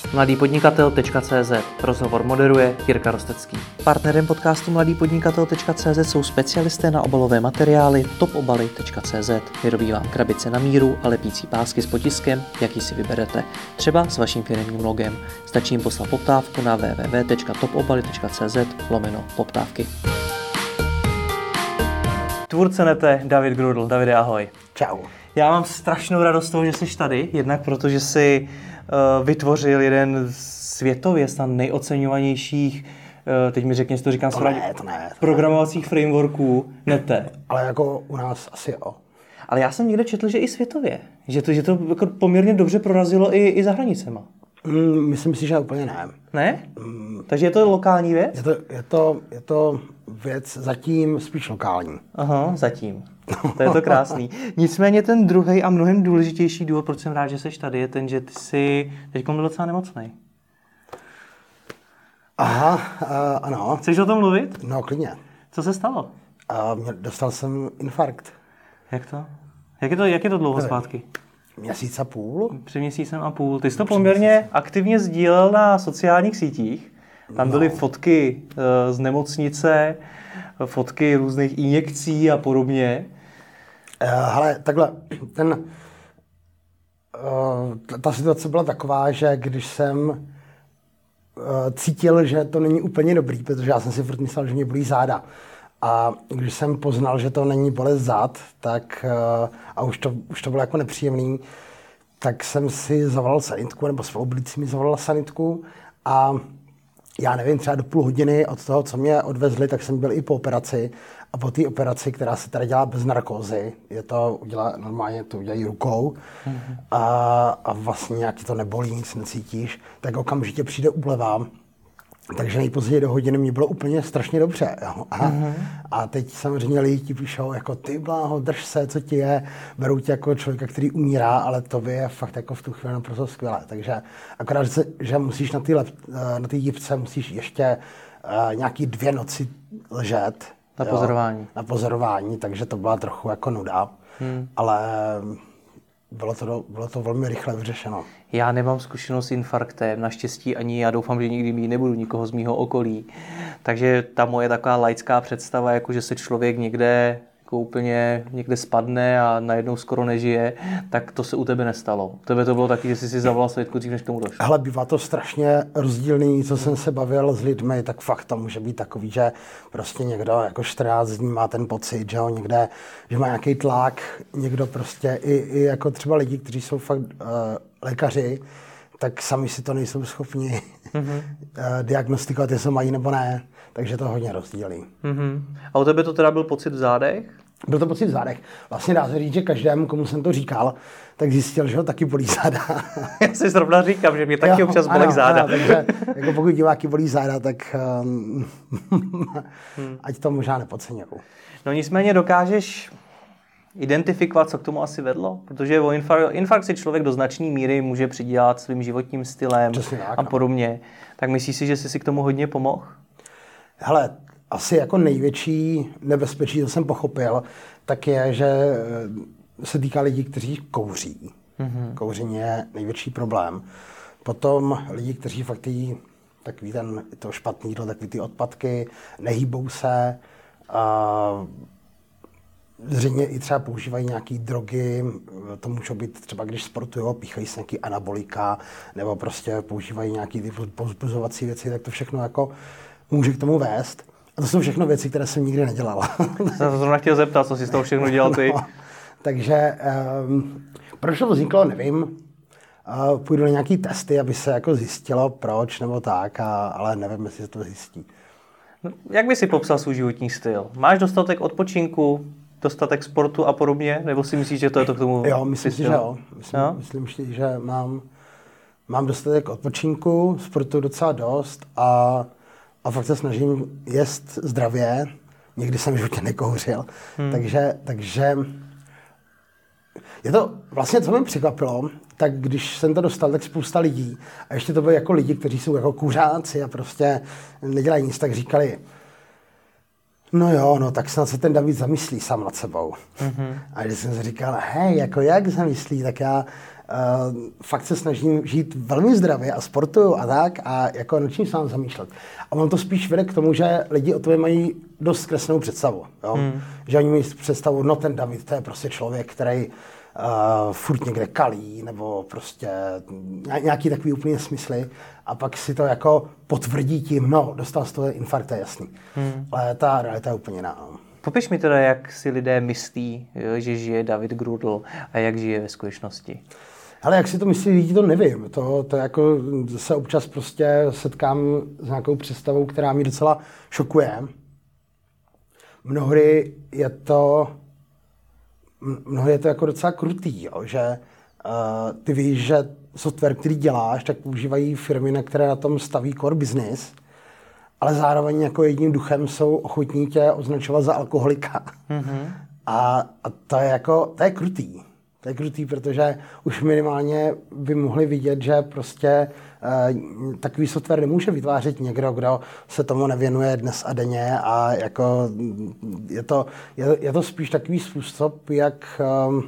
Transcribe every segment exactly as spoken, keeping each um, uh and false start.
mladý podnikatel tečka cé zet. Rozhovor moderuje Jirka Rostecký. Partnerem podcastu mladý podnikatel tečka cé zet jsou specialisté na obalové materiály top obaly tečka cé zet. Vyrobí vám krabice na míru a lepící pásky s potiskem, jaký si vyberete. Třeba s vaším firemním logem. Stačí jim poslat poptávku na w w w tečka top obaly tečka cé zet lomeno poptávky. Tvůrce nete David Grudl. Davide, ahoj. Čau. Já mám strašnou radost z toho, že jsi tady, jednak protože jsi uh, vytvořil jeden z světově snad nejoceňovanějších, uh, teď mi řekni, jestli to říkám správně, to ne, to programovacích ne. frameworků nete. Ale jako u nás asi jo. Ale já jsem někde četl, že i světově, že to, že to jako poměrně dobře prorazilo i, i za hranicema. Mm, myslím si, že úplně ne. Ne? Mm. Takže je to lokální věc? Je to, je, to, je to věc zatím spíš lokální. Aha, zatím. To je to krásný. Nicméně ten druhý a mnohem důležitější důvod, proč jsem rád, že jsi tady, je ten, že ty jsi teď byl docela nemocnej. Aha, uh, ano. Chceš o tom mluvit? No, klidně. Co se stalo? Uh, mě, dostal jsem infarkt. Jak to? Jak je to, jak je to dlouho zpátky? Měsíc a půl. Před měsícem a půl. Ty jsi to poměrně aktivně sdílel na sociálních sítích. Tam byly no. fotky uh, z nemocnice, fotky různých injekcí a podobně. Uh, hele, takhle, ten, uh, ta situace byla taková, že když jsem uh, cítil, že to není úplně dobrý, protože já jsem si furt myslel, že mě bolí záda. A když jsem poznal, že to není bolest zad, tak, uh, a už to, už to bylo jako nepříjemný, tak jsem si zavolal sanitku, nebo spolublící mi zavolala sanitku a já nevím, třeba do půl hodiny od toho, co mě odvezli, tak jsem byl i po operaci. A po té operaci, která se tady dělá bez narkózy, je to udělá, normálně to udělají rukou mm-hmm. a, a vlastně nějak to nebolí, nic necítíš, tak okamžitě přijde úleva. Takže nejpozději do hodiny mě bylo úplně strašně dobře. Jo. A, mm-hmm. a teď samozřejmě lidi ti píšou, jako ty bláho, drž se, co ti je, berou tě jako člověka, který umírá, ale to je fakt jako v tu chvíli naprosto skvělé. Takže akorát, že, že musíš na té na té jipce musíš ještě uh, nějaký dvě noci ležet. Na jo, pozorování. Na pozorování, takže to byla trochu jako nuda, hmm. ale bylo to, bylo to velmi rychle vyřešeno. Já nemám zkušenost s infarktem, naštěstí ani já doufám, že nikdy mít nebudu nikoho z mýho okolí. Takže ta moje taková laická představa, jako že se člověk někde jako úplně někde spadne a najednou skoro nežije, tak to se u tebe nestalo. U tebe to bylo taky, že jsi si zavolal svědku dřív, než k tomu došlo. Hele, bývá to strašně rozdílný, co jsem se bavil s lidmi, tak fakt to může být takový, že prostě někdo jako čtrnáct dní má ten pocit, že jo, někde, že má nějaký tlak, někdo prostě i, i jako třeba lidi, kteří jsou fakt uh, lékaři, tak sami si to nejsou schopni mm-hmm. uh, diagnostikovat, jestli mají nebo ne. Takže to hodně rozdílí. Mm-hmm. A u tebe to teda byl pocit v zádech? Byl to pocit v zádech. Vlastně dá se říct, že každému, komu jsem to říkal, tak zjistil, že ho taky bolí záda. Já si zrovna říkám, že mě taky jo, občas bolí ano, záda. Ano, takže jako pokud diváky bolí záda, tak um, hmm. ať to možná nepodceňují. No nicméně dokážeš identifikovat, co k tomu asi vedlo? Protože o infarkt, infarkt si člověk do značné míry může přidělat svým životním stylem tak, a podobně. Tak myslíš si, že jsi si k tomu hodně pomohl? Hele, asi jako největší nebezpečí, co jsem pochopil, tak je, že se týká lidí, kteří kouří. Mm-hmm. Kouření je největší problém. Potom lidi, kteří fakt jí, takový ten, to špatný jídlo, takový ty odpadky, nehýbou se, a zřejmě i třeba používají nějaký drogy, to můžou být třeba, když sportují, píchají se nějaký anabolika, nebo prostě používají nějaký ty povzbuzovací věci, tak to všechno jako může k tomu vést. A to jsou všechno věci, které jsem nikdy nedělal. Jsem se zrovna chtěl zeptat, co jsi z toho všechno dělal ty. No, takže um, proč to vzniklo, nevím. Uh, půjdu na nějaký testy, aby se jako zjistilo, proč nebo tak, a, ale nevím, jestli se to zjistí. No, jak by si popsal svůj životní styl? Máš dostatek odpočinku, dostatek sportu a podobně? Nebo si myslíš, že to je to k tomu? Jo, myslím si, že jo. Myslím, jo? myslím si, že mám, mám dostatek odpočinku, sportu docela dost a A fakt se snažím jíst zdravě. Nikdy jsem v životě nekouřil. Hmm. Takže, takže je to vlastně, co mě překvapilo, tak když jsem to dostal, tak spousta lidí, a ještě to byly jako lidi, kteří jsou jako kuřáci a prostě nedělají nic, tak říkali, no jo, no tak snad se ten David zamyslí sám nad sebou. Mm-hmm. A když jsem si říkal, hej, jako jak zamyslí, tak já uh, fakt se snažím žít velmi zdravě a sportuju a tak a jako nad čím se mám zamýšlet. A on to spíš vede k tomu, že lidi o tobě mají dost zkreslenou představu. Jo? Hmm. Že oni mají představu, no ten David, to je prostě člověk, který Uh, furt někde kalí, nebo prostě nějaký takový úplně smysly a pak si to jako potvrdí tím, no, dostal z toho infarkt, to je jasný. Hmm. Ale ta realita je úplně jiná. Popiš mi teda, jak si lidé myslí, že žije David Grudl a jak žije ve skutečnosti. Ale jak si to myslí lidi, to nevím. To, to jako se občas prostě setkám s nějakou představou, která mě docela šokuje. Mnohdy je to Mnohdy je to jako docela krutý, jo, že uh, ty víš, že software, který děláš, tak používají firmy, na které na tom staví core business, ale zároveň jako jedním duchem jsou ochotní tě označovat za alkoholika. Mm-hmm. A, a to je jako, to je krutý. To je krutý, protože už minimálně by mohli vidět, že prostě uh, takový software nemůže vytvářet někdo, kdo se tomu nevěnuje dnes a denně a jako je to, je, je to spíš takový způsob, jak, um,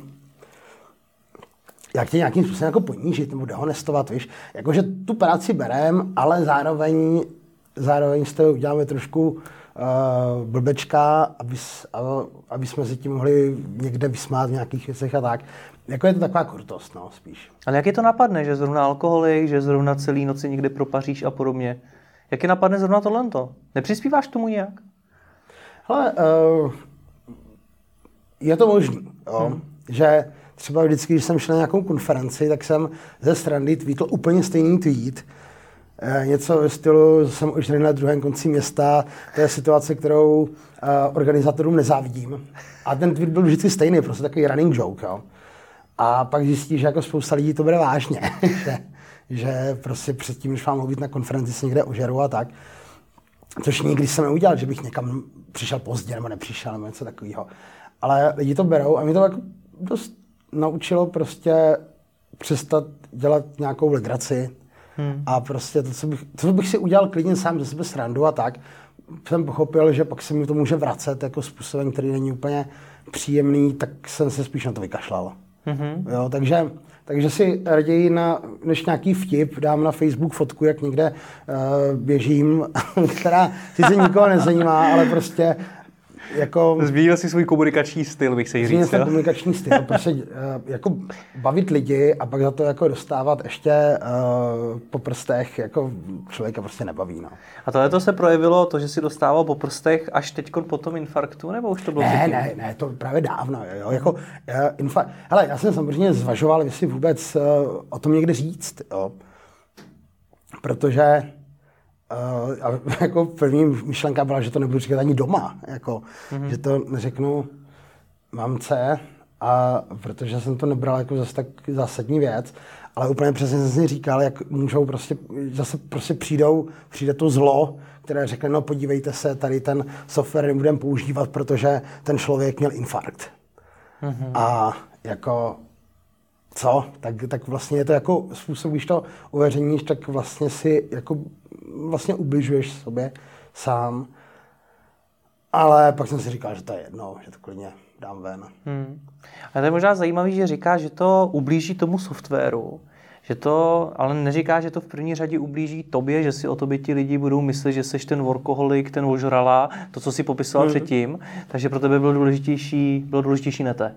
jak tě nějakým způsobem jako ponížit nebo dehonestovat, víš. Jakože tu práci berem, ale zároveň, zároveň z toho uděláme trošku uh, blbečka, aby, aby jsme si tím mohli někde vysmát v nějakých věcech a tak. Jako je to taková krutost, no, spíš. Ale jak je to napadne, že zrovna alkoholik, že zrovna celý noci někde propaříš a podobně? Jak je napadne zrovna tohleto? Nepřispíváš tomu nějak? Hele, uh, je to možný, jo? Hmm. Že třeba vždycky, když jsem šel na nějakou konferenci, tak jsem ze srandy tweetl úplně stejný tweet. E, něco ve stylu, jsem už na druhém konci města, to je situace, kterou e, organizátorům nezávidím. A ten tweet byl vždycky stejný, prostě takový running joke, jo. A pak zjistí, že jako spousta lidí to bere vážně, že, že prostě předtím, než mám mluvit na konferenci, se někde ožeru a tak. Což nikdy jsem neudělal, že bych někam přišel pozdě nebo nepřišel nebo něco takového. Ale lidi to berou a mě to jako dost naučilo prostě přestat dělat nějakou legraci. Hmm. A prostě to co, bych, to, co bych si udělal klidně sám ze sebe srandu a tak, jsem pochopil, že pak se mi to může vracet jako způsobem, který není úplně příjemný, tak jsem se spíš na to vykašlal. Hmm. Jo, takže, takže si raději na, než nějaký vtip dám na Facebook fotku, jak někde uh, běžím, která sice nikoho nezajímá, ale prostě jako... Změnil si svůj komunikační styl, bych se jí říct. Změnil jsem komunikační styl, prostě uh, jako bavit lidi a pak za to jako dostávat ještě uh, po prstech, jako člověka prostě nebaví, no. A tohle to se projevilo, to, že si dostával po prstech až teďko po tom infarktu, nebo už to bylo? Ne, ne, ne, to právě dávno, jo, jako uh, infarkt. Hele, já jsem samozřejmě zvažoval, jestli vůbec uh, o tom někde říct, jo, protože Uh, a jako první myšlenka byla, že to nebudu říkat ani doma, jako, mm-hmm. že to neřeknu mamce, a protože jsem to nebral jako zase tak zásadní věc, ale úplně přesně jsem si říkal, jak můžou prostě, zase prostě přijdou, přijde to zlo, které řekne, no podívejte se, tady ten software nebudeme používat, protože ten člověk měl infarkt. Mm-hmm. A jako co? Tak, tak vlastně je to jako způsob, když to uveřejníš, tak vlastně si jako vlastně ubližuješ sobě sám. Ale pak jsem si říkal, že to je jedno, že to klidně dám ven. Hmm. A to je možná zajímavý, že říká, že to ublíží tomu softwaru, že to, ale neříká, že to v první řadě ublíží tobě, že si o tobě ti lidi budou myslet, že seš ten workoholik, ten ožrala, to, co si popisoval hmm. předtím, takže pro tebe bylo důležitější, bylo důležitější nete.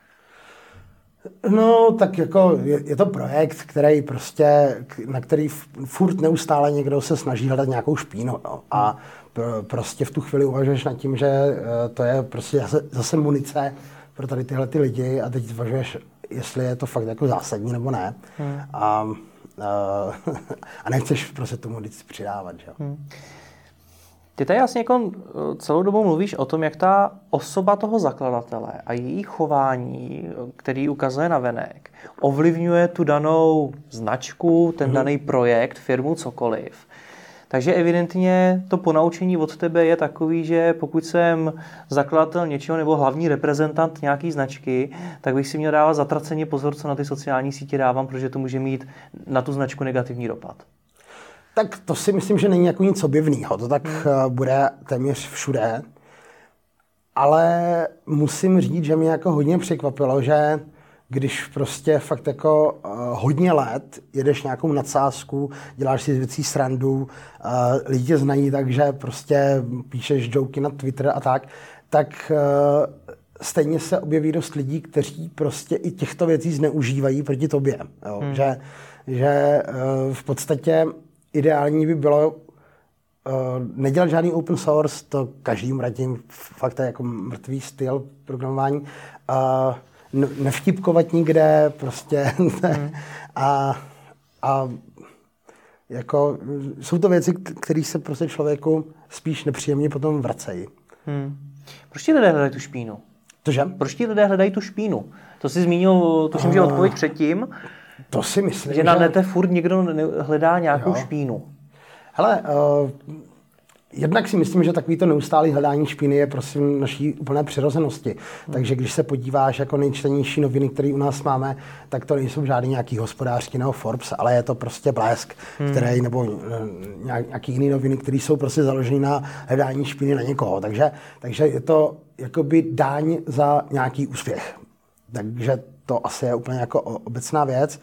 No, tak jako je, je to projekt, který prostě, na který furt neustále někdo se snaží hledat nějakou špínu. No. A pr- prostě v tu chvíli uvažuješ nad tím, že to je prostě zase, zase munice pro tady tyhle ty lidi a teď zvažuješ, jestli je to fakt jako zásadní nebo ne. Hmm. A, a, a nechceš prostě tomu munici přidávat, že jo. Hmm. Ty tady vlastně jako celou dobu mluvíš o tom, jak ta osoba toho zakladatele a její chování, který ukazuje navenek, ovlivňuje tu danou značku, ten mm. daný projekt, firmu, cokoliv. Takže evidentně to ponaučení od tebe je takový, že pokud jsem zakladatel něčeho nebo hlavní reprezentant nějaký značky, tak bych si měl dávat zatraceně pozor, co na ty sociální sítě dávám, protože to může mít na tu značku negativní dopad. Tak to si myslím, že není jako nic objevného. To tak hmm. bude téměř všude. Ale musím říct, že mě jako hodně překvapilo, že když prostě fakt jako uh, hodně let jedeš nějakou nadsázku, děláš si z věcí srandu, uh, lidi tě znají, takže prostě píšeš joky na Twitter a tak, tak uh, stejně se objeví dost lidí, kteří prostě i těchto věcí zneužívají proti tobě. Jo? Hmm. Že, že uh, v podstatě ideální by bylo uh, nedělat žádný open source, to každým radím, fakt je jako mrtvý styl programování, uh, nevtipkovat nikde, prostě hmm. a, a jako jsou to věci, které se prostě člověku spíš nepříjemně potom vracejí. Hmm. Proč ti lidé hledají tu špínu? Tože? Proč ti lidé hledají tu špínu? To jsi zmínil, tuším, uh, že odpověď předtím. To si myslím, že... na nete furt někdo hledá nějakou jo. špínu. Hele, uh, jednak si myslím, že takovýto neustálý hledání špíny je prosím naší úplné přirozenosti. Hmm. Takže když se podíváš jako nejčtenější noviny, které u nás máme, tak to nejsou žádný nějaký Hospodářský nebo Forbes, ale je to prostě Blesk, hmm. který, nebo nějaký jiný noviny, které jsou prostě založené na hledání špíny na někoho. Takže, takže je to jakoby dáň za nějaký úspěch. Takže to asi je úplně jako obecná věc.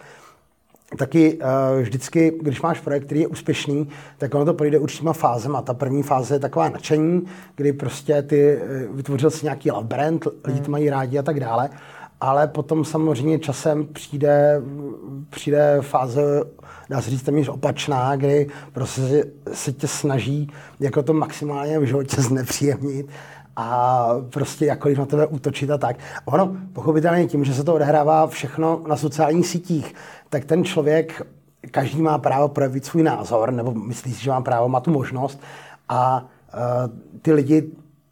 Taky uh, vždycky, když máš projekt, který je úspěšný, tak ono to projde určitýma fázema. Ta první fáze je taková nadšení, kdy prostě ty uh, vytvořil si nějaký love brand, lidi to mají rádi a tak dále, ale potom samozřejmě časem přijde, přijde fáze, dá se říct téměř opačná, kdy prostě se tě snaží jako to maximálně v životě znepříjemnit a prostě jakkoliv na tebe útočit a tak. Ono, pochopitelně tím, že se to odehrává všechno na sociálních sítích, tak ten člověk, každý má právo projevit svůj názor, nebo myslí si, že má právo, má tu možnost a uh, ty lidi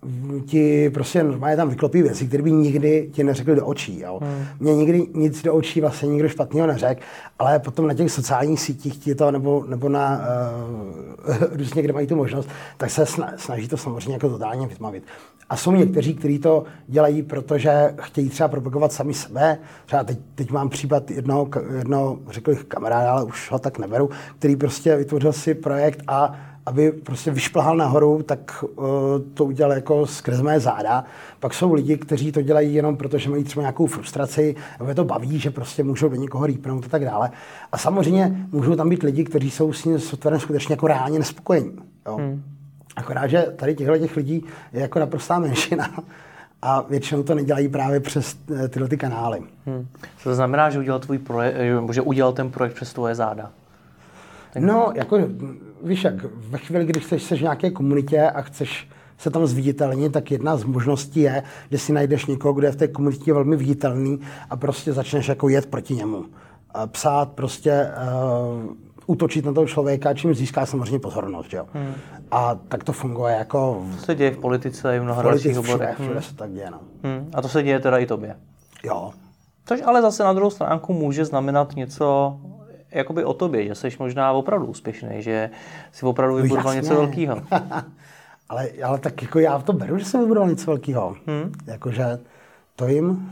ti prostě normálně tam vyklopí věci, které by nikdy ti neřekli do očí. Jo. Hmm. Mně nikdy nic do očí vlastně nikdo špatného neřekl, ale potom na těch sociálních sítích ti to, nebo, nebo na uh, různě, kde mají tu možnost, tak se snaží to samozřejmě jako totálně vytmavit. A jsou někteří, kteří to dělají, protože chtějí třeba propagovat sami sebe. Třeba teď, teď mám případ jednoho, jednoho řekl bych kamaráda, ale už ho tak neberu, který prostě vytvořil si projekt a aby prostě vyšplhal nahoru, tak uh, to udělal jako skrz mé záda. Pak jsou lidi, kteří to dělají jenom proto, že mají třeba nějakou frustraci, nebo je to baví, že prostě můžou do někoho rýpnout a tak dále. A samozřejmě můžou tam být lidi, kteří jsou s tím softwarem skutečně jako reálně nespokojení. Jo? Hmm. Akorát, že tady těchto těch lidí je jako naprostá menšina a většinou to nedělají právě přes tyhle ty kanály. Hmm. To znamená, že udělal, tvůj projekt, že udělal ten projekt přes tvoje záda? Tak... No, jako, víš jak, ve chvíli, když chceš seš v nějaké komunitě a chceš se tam zviditelnit, tak jedna z možností je, že si najdeš někoho, kdo je v té komunitě velmi viditelný a prostě začneš jako jet proti němu. A psát prostě, uh, útočit na toho člověka, čím získá samozřejmě pozornost. Jo? Hmm. A tak to funguje jako... To se děje v politice i v mnoha dalších oborech. Všude se tak děje, no. Hmm. A to se děje teda i tobě. Jo. Což ale zase na druhou stránku může znamenat něco jakoby o tobě, že jsi možná opravdu úspěšný, že jsi opravdu vybudoval něco velkého. ale, ale tak jako já to beru, že jsem vybudoval něco velkého. Hmm. Jakože to jim...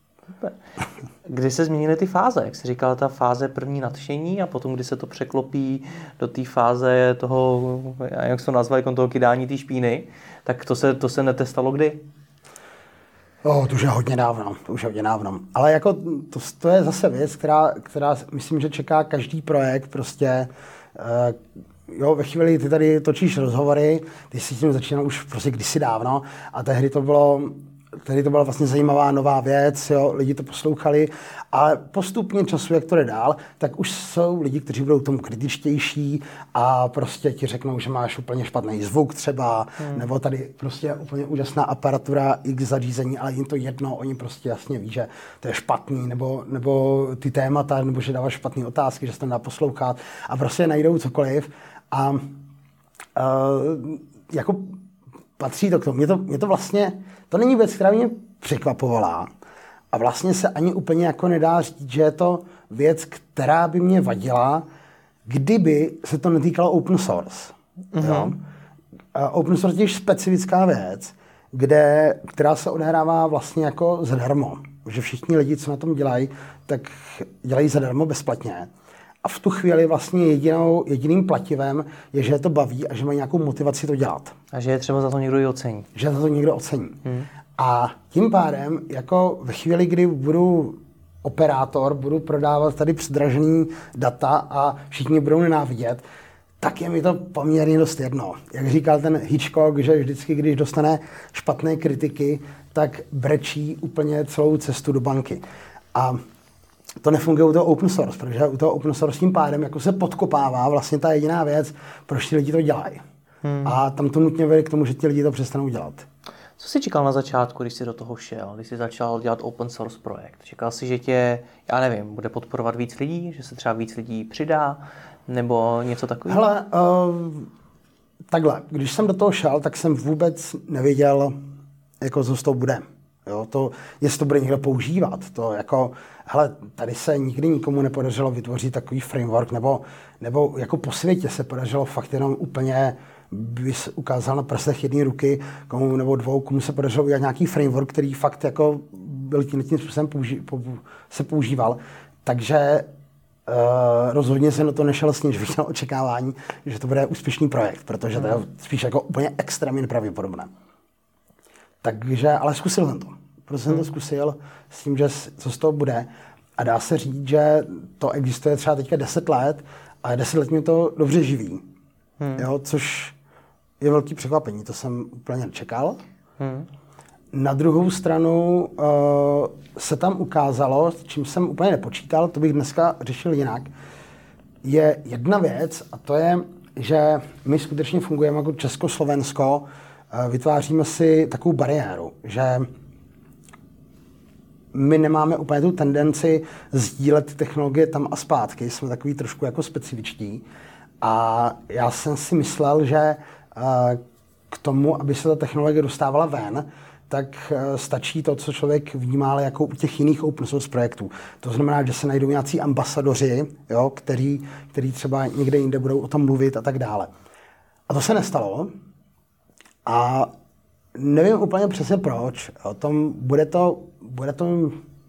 Kdy se změnily ty fáze? Jak jsi říkal, ta fáze první nadšení a potom, kdy se to překlopí do té fáze toho, jak se to nazval, jako toho kydání té špíny, tak to se, to se netestalo kdy? Oh, to už je hodně dávno, to už je hodně dávno. Ale jako to, to je zase věc, která, která myslím, že čeká každý projekt prostě. Uh, jo, ve chvíli ty tady točíš rozhovory, ty jsi s tím začínal už prostě kdysi dávno a tehdy to bylo Tehdy to byla vlastně zajímavá nová věc, jo, lidi to poslouchali, ale postupně času, jak to jde dál, tak už jsou lidi, kteří budou tomu kritičtější a prostě ti řeknou, že máš úplně špatný zvuk třeba, hmm. nebo tady prostě úplně úžasná aparatura, x zařízení, ale jim to jedno, oni prostě jasně ví, že to je špatný, nebo, nebo ty témata, nebo že dáváš špatné otázky, že se tam dá poslouchat a prostě najdou cokoliv a uh, jako patří to k tomu. Mě to, mě to vlastně, to není věc, která mě překvapovala a vlastně se ani úplně jako nedá říct, že je to věc, která by mě vadila, kdyby se to netýkalo open source. Mm-hmm. Jo? Open source je specifická věc, kde, která se odehrává vlastně jako zadarmo. Že všichni lidi, co na tom dělají, tak dělají zadarmo bezplatně. A v tu chvíli vlastně jedinou, jediným plativem je, že je to baví a že mají nějakou motivaci to dělat. A že je třeba za to někdo i ocení. Že za to někdo ocení. Hmm. A tím pádem, jako ve chvíli, kdy budu operátor, budu prodávat tady předražený data a všichni budou nenávidět, tak je mi to poměrně dost jedno. Jak říkal ten Hitchcock, že vždycky, když dostane špatné kritiky, tak brečí úplně celou cestu do banky. A to nefunguje u toho open source, protože u toho open source tím pádem jako se podkopává vlastně ta jediná věc, proč ti lidi to dělají. Hmm. A tam to nutně vede k tomu, že ti lidi to přestanou dělat. Co jsi čekal na začátku, když jsi do toho šel, když jsi začal dělat open source projekt? Čekal jsi, že tě, já nevím, bude podporovat víc lidí, že se třeba víc lidí přidá, nebo něco takového? Hele, uh, takhle, když jsem do toho šel, tak jsem vůbec nevěděl, jako co s tou bude. Jo, to, jestli to bude někdo používat. To jako, hele, tady se nikdy nikomu nepodařilo vytvořit takový framework, nebo, nebo jako po světě se podařilo fakt jenom úplně, bys ukázal na prstech jedné ruky, komu nebo dvou, komu se podařilo udělat nějaký framework, který fakt jako byl tím, tím způsobem použi, pou, se používal. Takže uh, rozhodně jsem do toho nešel s tím, že bych měl očekávání, že to bude úspěšný projekt, protože to je spíš jako úplně extrémně nepravděpodobné. Takže, ale zkusil jsem to. Prostě jsem to zkusil s tím, že co z toho bude. A dá se říct, že to existuje třeba teďka deset let a deset let mě to dobře živí. Hmm. Jo, což je velký překvapení. To jsem úplně nečekal. Hmm. Na druhou stranu uh, se tam ukázalo, s čím jsem úplně nepočítal, to bych dneska řešil jinak, je jedna věc a to je, že my skutečně fungujeme jako Československo, vytváříme si takovou bariéru, že my nemáme úplně tu tendenci sdílet technologie tam a zpátky, jsme takový trošku jako specifičtí. A já jsem si myslel, že k tomu, aby se ta technologie dostávala ven, tak stačí to, co člověk vnímá jako u těch jiných open source projektů. To znamená, že se najdou nějací ambasadoři, jo, který, který třeba někde jinde budou o tom mluvit a tak dále. A to se nestalo. A nevím úplně přesně proč. O tom bude to, bude to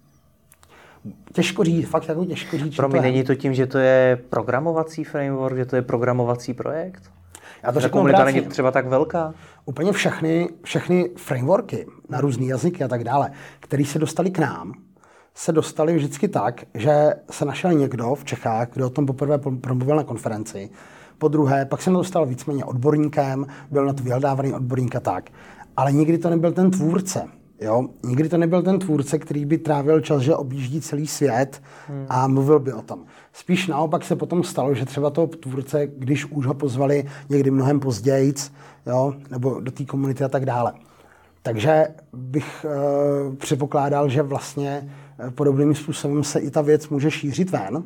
těžko říct, fakt jako těžko říct. Pro mě není to tím, že to je programovací framework, že to je programovací projekt? Já to řeknu, komunita není třeba tak velká? Úplně všechny, všechny frameworky na různé jazyky a tak dále, které se dostaly k nám, se dostaly vždycky tak, že se našel někdo v Čechách, kdo o tom poprvé promluvil na konferenci. Po druhé, pak jsem to dostal víceméně odborníkem, byl na to vyhledávaný odborník a tak. Ale nikdy to nebyl ten tvůrce. Jo? Nikdy to nebyl ten tvůrce, který by trávil čas, že objíždí celý svět hmm. a mluvil by o tom. Spíš naopak se potom stalo, že třeba toho tvůrce, když už ho pozvali někdy mnohem později, jo? Nebo do té komunity a tak dále. Takže bych uh, předpokládal, že vlastně uh, podobným způsobem se i ta věc může šířit ven.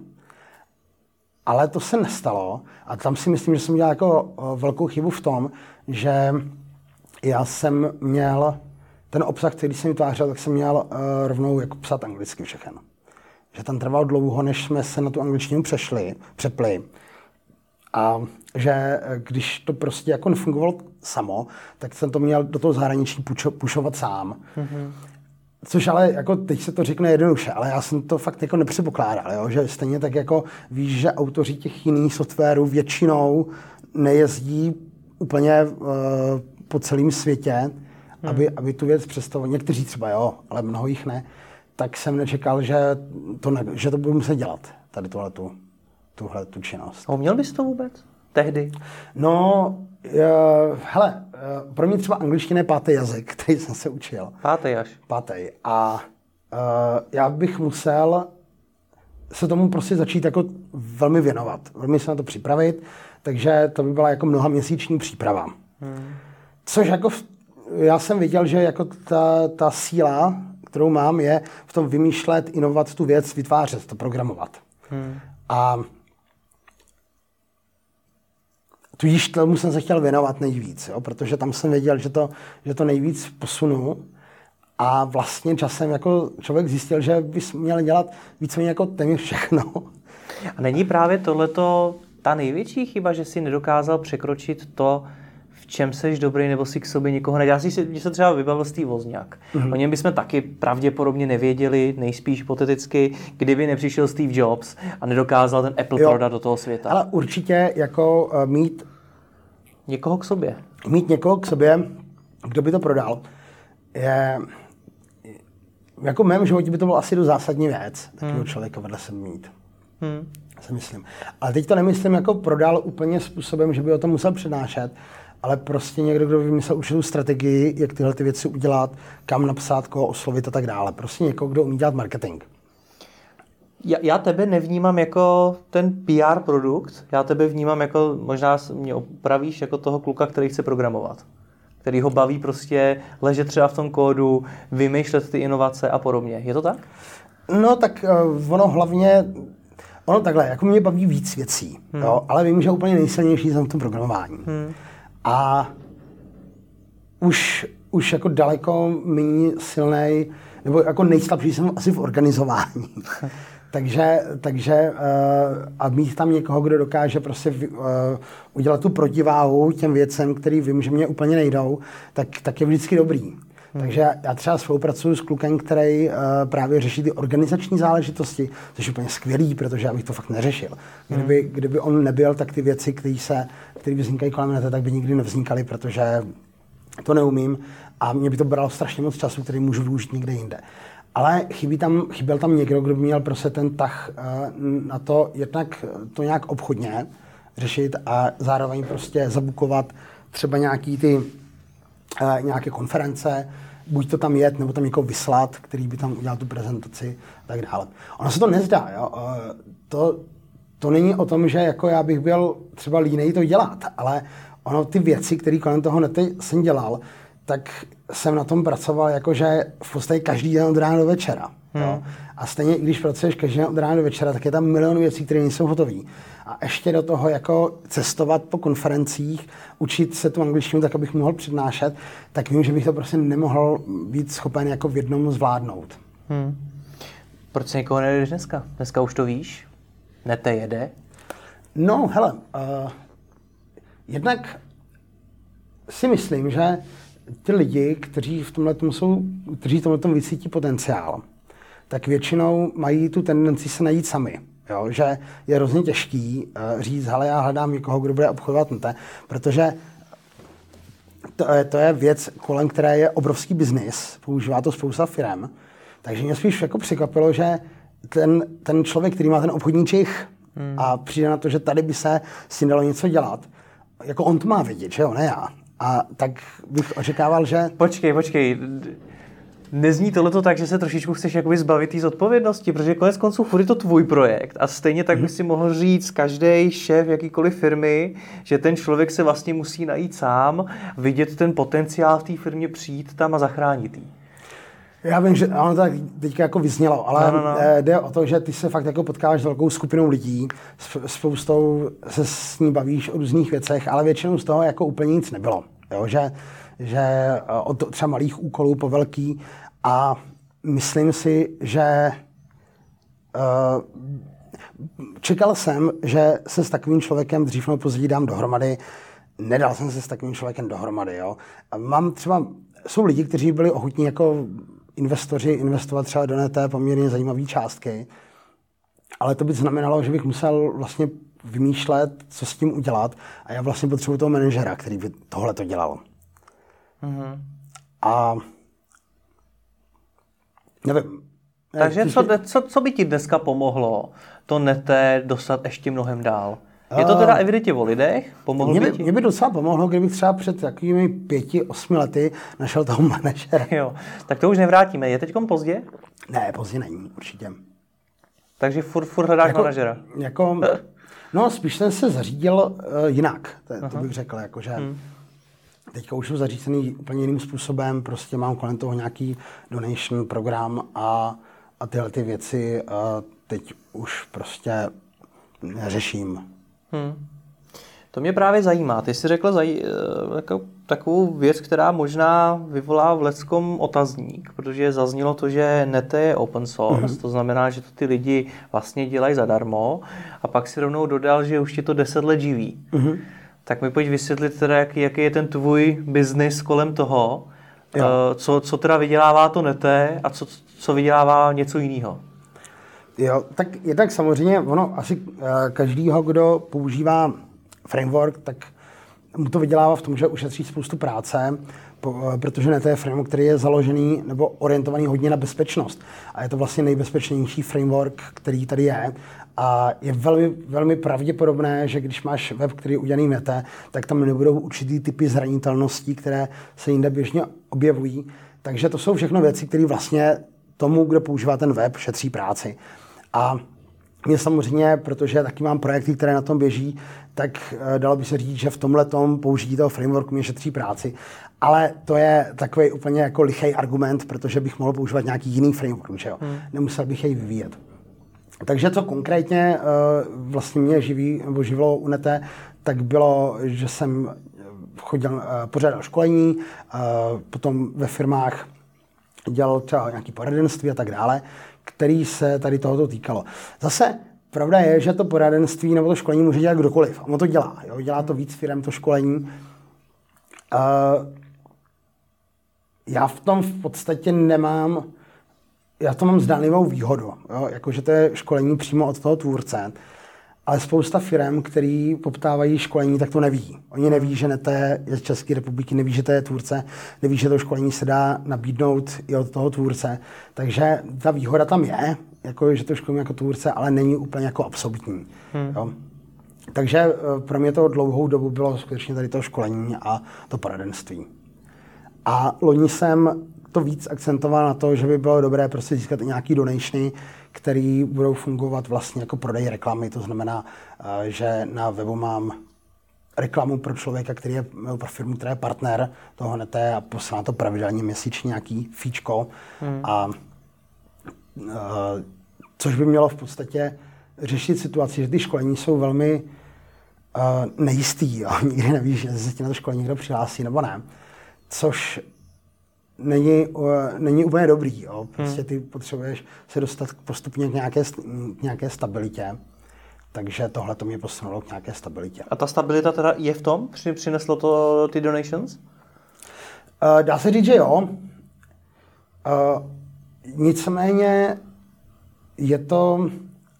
Ale to se nestalo a tam si myslím, že jsem dělal jako velkou chybu v tom, že já jsem měl ten obsah, který jsem vytvářel, tak jsem měl uh, rovnou jako psat anglicky všechno. Že tam trvalo dlouho, než jsme se na tu angličtinu přešli, přepli. A že když to prostě jako nefungovalo samo, tak jsem to měl do toho zahraničí pušo, pušovat sám. Mm-hmm. Což ale jako teď se to řekne jednoduše, ale já jsem to fakt jako nepředpokládal, jo? Že stejně tak jako víš, že autoři těch jiných softwarů většinou nejezdí úplně uh, po celém světě, hmm. aby, aby tu věc představovali. Někteří třeba jo, ale mnoho jich ne. Tak jsem nečekal, že to, ne, že to budu muset dělat, tady tuhletu, tuhle tu činnost. A uměl bys to vůbec? Tehdy? No, uh, hele, uh, pro mě třeba angličtina je pátý jazyk, který jsem se učil. Pátý až? Pátý. A uh, já bych musel se tomu prostě začít jako velmi věnovat. Velmi se na to připravit, takže to by byla jako mnohaměsíční příprava. Hmm. Což jako, v, já jsem viděl, že jako ta, ta síla, kterou mám, je v tom vymýšlet, inovovat tu věc, vytvářet, to programovat. Hmm. A tudíž tomu jsem se chtěl věnovat nejvíc, jo? Protože tam jsem věděl, že to, že to nejvíc posunu a vlastně časem jako člověk zjistil, že bys měl dělat víceméně jako téměř všechno. A není právě tohleto ta největší chyba, že si nedokázal překročit to, v čem seš dobrý, nebo si k sobě někoho nejde? Já si se třeba vybavil Steve Wozniak. Mm-hmm. O něm bychom taky pravděpodobně nevěděli, nejspíš hypoteticky, kdyby nepřišel Steve Jobs a nedokázal ten Apple jo, prodat do toho světa. Ale určitě jako uh, mít někoho k sobě. Mít někoho k sobě, kdo by to prodal, je jako v mém životě by to bylo asi do zásadní věc, takového hmm. člověka vedle sebe mít. Hmm. Si myslím. Ale teď to nemyslím jako prodal úplně způsobem, že by o tom musel přednášet, ale prostě někdo, kdo vymyslel určitou strategii, jak tyhle ty věci udělat, kam napsat, koho oslovit a tak dále. Prostě někoho, kdo umí dělat marketing. Já, já tebe nevnímám jako ten P R produkt, já tebe vnímám jako, možná mě opravíš, jako toho kluka, který chce programovat. Který ho baví prostě ležet třeba v tom kódu, vymýšlet ty inovace a podobně. Je to tak? No tak uh, ono hlavně, ono takhle, jako mě baví víc věcí, hmm. jo, ale vím, že úplně nejsilnější jsem v tom programování. Hmm. A už, už jako daleko méně silnej, nebo jako nejslabší jsem asi v organizování. takže, takže uh, a mít tam někoho, kdo dokáže prostě uh, udělat tu protiváhu těm věcem, který vím, že mě úplně nejdou, tak, tak je vždycky dobrý. Hmm. Takže já třeba spolupracuju s klukem, který uh, právě řeší ty organizační záležitosti, což je úplně skvělý, protože já bych to fakt neřešil. Kdyby, hmm. kdyby on nebyl, tak ty věci, které se, které vznikají kolem mě, tak by nikdy nevznikaly, protože to neumím a mě by to bralo strašně moc času, který můžu využít někde jinde. Ale chybí tam, chyběl tam někdo, kdo by měl prostě ten tah uh, na to, jednak to nějak obchodně řešit a zároveň prostě zabukovat třeba nějaký ty uh, nějaké konference, buď to tam jet, nebo tam někoho vyslat, který by tam udělal tu prezentaci a tak dále. Ono se to nezdá, jo. Uh, to, to není o tom, že jako já bych byl třeba línej to dělat, ale ono ty věci, které kolem toho nety jsem dělal, tak jsem na tom pracoval jakože v podstatě každý den od rána do večera. Hmm. Jo? A stejně, když pracuješ každý den od rána do večera, tak je tam milion věcí, které nejsou hotové. A ještě do toho jako cestovat po konferencích, učit se tu angličtinu tak, abych mohl přednášet, tak vím, že bych to prostě nemohl být schopen jako v jednom zvládnout. Hmm. Proč se někoho nejdeš dneska? Dneska už to víš? Nete jede? No, hele, uh, jednak si myslím, že ty lidi, kteří v tomhletom jsou, kteří v tomhletom vycítí potenciál, tak většinou mají tu tendenci se najít sami. Jo? Že je hrozně těžký uh, říct, hele, já hledám někoho, kdo bude obchodovat na té, protože to, to je věc, kolem které je obrovský biznis, používá to spousta firem, takže mě spíš jako překvapilo, že ten, ten člověk, který má ten obchodní čich hmm. a přijde na to, že tady by se s tím dalo něco dělat, jako on to má vidět, že jo, ne já. A tak bych očekával, že... Počkej, počkej. Nezní tohleto tak, že se trošičku chceš jakoby zbavit té zodpovědnosti, protože konec konců furt je to tvůj projekt a stejně tak by si mohl říct každý šéf jakýkoliv firmy, že ten člověk se vlastně musí najít sám, vidět ten potenciál v té firmě, přijít tam a zachránit jí. Já vím, že ono to tak teďka jako vyznělo, ale no, no, no. jde o to, že ty se fakt jako potkáváš s velkou skupinou lidí, spoustou se s ní bavíš o různých věcech, ale většinou z toho jako úplně nic nebylo. Jo? Že, že od třeba malých úkolů po velký a myslím si, že uh, čekal jsem, že se s takovým člověkem dřív nebo později dám dohromady. Nedal jsem se s takovým člověkem dohromady. Jo? A mám třeba, jsou lidi, kteří byli ochotní jako investoři investovat třeba do té poměrně zajímavé částky, ale to by znamenalo, že bych musel vlastně vymýšlet, co s tím udělat a já vlastně potřebuji toho manažera, který by tohle to dělal. Mm-hmm. A nevím. Takže co, co, co by ti dneska pomohlo to nete dostat ještě mnohem dál? Je to teda evidentně o lidech? Pomohlo mě by, by ti? Mě by docela pomohlo, kdybych třeba před takovými pěti, osmi lety našel toho manažera. Jo, tak to už nevrátíme. Je teďkom pozdě? Ne, pozdě není, určitě. Takže furt, furt hledáš jako, manažera? Jako, no, spíš jsem se zařídil uh, jinak, to, to bych řekl, jakože hmm. teďka už jsem zařízený úplně jiným způsobem, prostě mám kolem toho nějaký donation program a, a tyhle ty věci uh, teď už prostě neřeším. Hmm. To mě právě zajímá. Ty jsi řekl zaj... jako, takovou věc, která možná vyvolá v leckom otazník, protože zaznělo to, že nete je open source, mm-hmm. to znamená, že to ty lidi vlastně dělají zadarmo a pak si rovnou dodal, že už ti to deset let živí. Mm-hmm. Tak mi pojď vysvětlit teda, jaký, jaký je ten tvůj biznis kolem toho, uh, co, co teda vydělává to nete a co, co vydělává něco jiného. Jo, tak je tak samozřejmě, ono asi uh, každýho, kdo používá framework, tak mu to vydělává v tom, že ušetří spoustu práce, protože ne to je framework, který je založený nebo orientovaný hodně na bezpečnost. A je to vlastně nejbezpečnější framework, který tady je. A je velmi, velmi pravděpodobné, že když máš web, který je udělaný Meta, tak tam nebudou určitý typy zranitelností, které se jinde běžně objevují. Takže to jsou všechno věci, které vlastně tomu, kdo používá ten web, šetří práci. A mě samozřejmě, protože taky mám projekty, které na tom běží, tak dalo by se říct, že v tomhletom použití toho frameworku mě šetří práci. Ale to je takový úplně jako lichý argument, protože bych mohl používat nějaký jiný framework, že jo? Hmm. Nemusel bych jej vyvíjet. Takže co konkrétně uh, vlastně mě živí, nebo živilo u Nete, tak bylo, že jsem chodil, uh, pořádal školení, uh, potom ve firmách dělal třeba nějaké poradenství a tak dále, který se tady tohoto týkalo. Zase pravda je, že to poradenství nebo to školení může dělat kdokoliv. Ono to dělá. Jo? Dělá to víc firem, to školení. Uh, já v tom v podstatě nemám, já to mám zdánlivou výhodu. Jo? Jakože to je školení přímo od toho tvůrce. Ale spousta firem, který poptávají školení, tak to neví. Oni neví, že Nete je z České republiky, neví, že to je tvůrce, neví, že to školení se dá nabídnout i od toho tvůrce. Takže ta výhoda tam je, jako, že to školení jako tvůrce, ale není úplně jako absolutní. Hmm. Jo? Takže pro mě to dlouhou dobu bylo skutečně tady to školení a to poradenství. A loni jsem to víc akcentoval na to, že by bylo dobré prostě získat i nějaký donationy, který budou fungovat vlastně jako prodej reklamy. To znamená, že na webu mám reklamu pro člověka, který je, pro firmu, která je partner toho Nete a posílá to pravidelně měsíčně nějaký fíčko. Hmm. A, a což by mělo v podstatě řešit situaci, že ty školení jsou velmi uh, nejistý. Jo. Nikdy nevíš, jestli se ti na to školení někdo přihlásí nebo ne. Což není, uh, není úplně dobrý. Jo. Prostě ty potřebuješ se dostat postupně k nějaké, k nějaké stabilitě. Takže tohle to mě posunulo k nějaké stabilitě. A ta stabilita teda je v tom? Při, přineslo to ty donations? Uh, dá se říct, že jo. Uh, nicméně je to,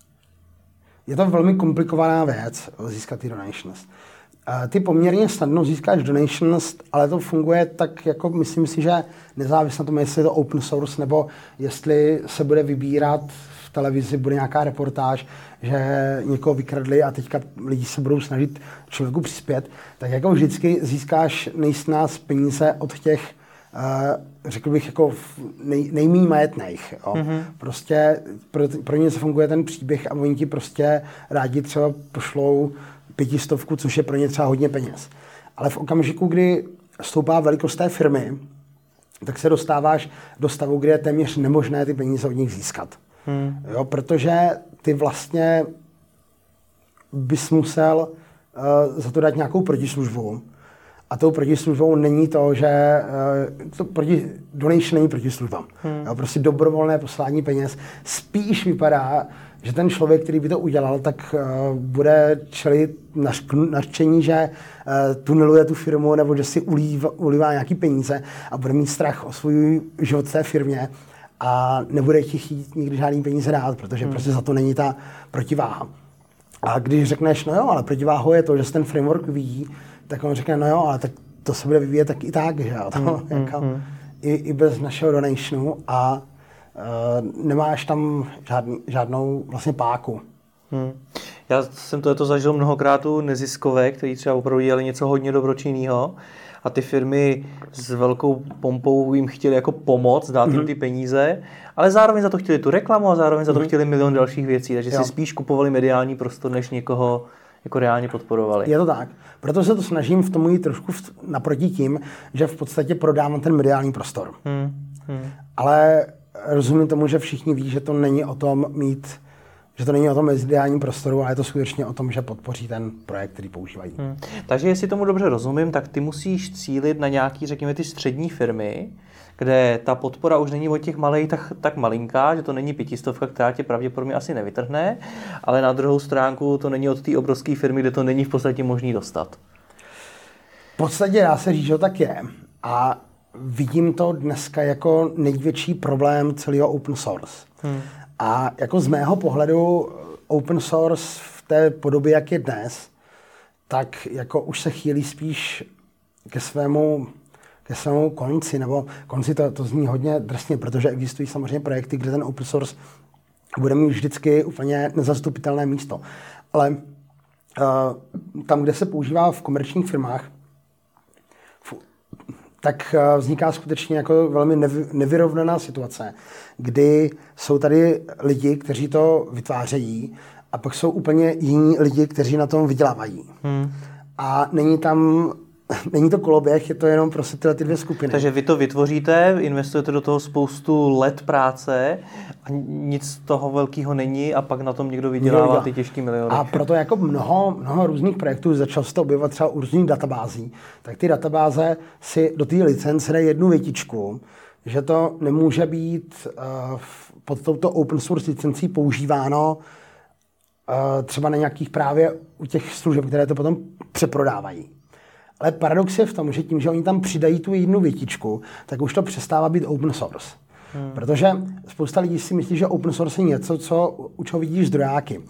je to velmi komplikovaná věc získat ty donations. Uh, ty poměrně snadno získáš donations, ale to funguje tak, jako myslím si, že nezávisle na tom, jestli je to open source, nebo jestli se bude vybírat v televizi, bude nějaká reportáž, že někoho vykradli a teďka lidi se budou snažit člověku přispět, tak jako vždycky získáš nejsnáz peníze od těch, uh, řekl bych, jako nej, nejméně majetných. Jo. Mm-hmm. Prostě pro, pro ně se funguje ten příběh a oni ti prostě rádi třeba pošlou pětistovku, což je pro ně třeba hodně peněz. Ale v okamžiku, kdy stoupá velikost té firmy, tak se dostáváš do stavu, kde je téměř nemožné ty peníze od nich získat. Hmm. Jo, protože ty vlastně bys musel uh, za to dát nějakou protislužbu. A tou protislužbou není to, že uh, to proti, donation není protislužba. Hmm. Jo, prostě dobrovolné poslání peněz. Spíš vypadá, že ten člověk, který by to udělal, tak uh, bude čelit nařčení, že uh, tuneluje tu firmu nebo že si ulívá, ulívá nějaký peníze a bude mít strach o svůj život v té firmě. A nebude ti chtít nikdy žádný peníze dát, protože hmm. prostě za to není ta protiváha. A když řekneš, no jo, ale protiváhou je to, že se ten framework vyvíjí, tak on řekne, no jo, ale tak to se bude vyvíjet tak i tak, že jo, to, hmm. jako, hmm. i, i bez našeho donationu a uh, nemáš tam žádný, žádnou vlastně páku. Hmm. Já jsem to, to zažil mnohokrát u neziskovek, který třeba opravdu dělali něco hodně dobročinného. A ty firmy s velkou pompou jim chtěli jako pomoct, dát jim ty peníze, ale zároveň za to chtěli tu reklamu a zároveň za to chtěli milion dalších věcí. Takže jo. si spíš kupovali mediální prostor, než někoho jako reálně podporovali. Je to tak. Proto se to snažím v tomu jít trošku naproti tím, že v podstatě prodávám ten mediální prostor. Hmm. Hmm. Ale rozumím tomu, že všichni ví, že to není o tom mít, že to není o tom mediálním prostoru, ale je to skutečně o tom, že podpoří ten projekt, který používají. Hmm. Takže jestli tomu dobře rozumím, tak ty musíš cílit na nějaký, řekněme, ty střední firmy, kde ta podpora už není od těch malých tak, tak malinká, že to není pětistovka, která tě pravděpodobně asi nevytrhne, ale na druhou stránku to není od té obrovské firmy, kde to není v podstatě možný dostat. V podstatě dá se říct, že to tak je. A vidím to dneska jako největší problém celého open source. Hmm. A jako z mého pohledu open source v té podobě, jak je dnes, tak jako už se chýlí spíš ke svému, ke svému konci, nebo konci to, to zní hodně drsně, protože existují samozřejmě projekty, kde ten open source bude mít vždycky úplně nezastupitelné místo. Ale uh, tam, kde se používá v komerčních firmách, tak vzniká skutečně jako velmi nevy, nevyrovnaná situace, kdy jsou tady lidi, kteří to vytvářejí, a pak jsou úplně jiní lidi, kteří na tom vydělávají. Hmm. A není tam, není to koloběh, je to jenom prostě tyhle ty dvě skupiny. Takže vy to vytvoříte, investujete do toho spoustu let práce a nic z toho velkého není a pak na tom někdo vydělává někdo. Ty těžký miliony. A proto jako mnoho, mnoho různých projektů začalo se to objevovat třeba u různých databází, tak ty databáze si do té licence dají jednu větičku, že to nemůže být uh, pod touto open source licencí používáno uh, třeba na nějakých právě u těch služeb, které to potom přeprodávají. Ale paradox je v tom, že tím, že oni tam přidají tu jednu větičku, tak už to přestává být open source. Hmm. Protože spousta lidí si myslí, že open source je něco, co, u čeho vidíš zdrojáky.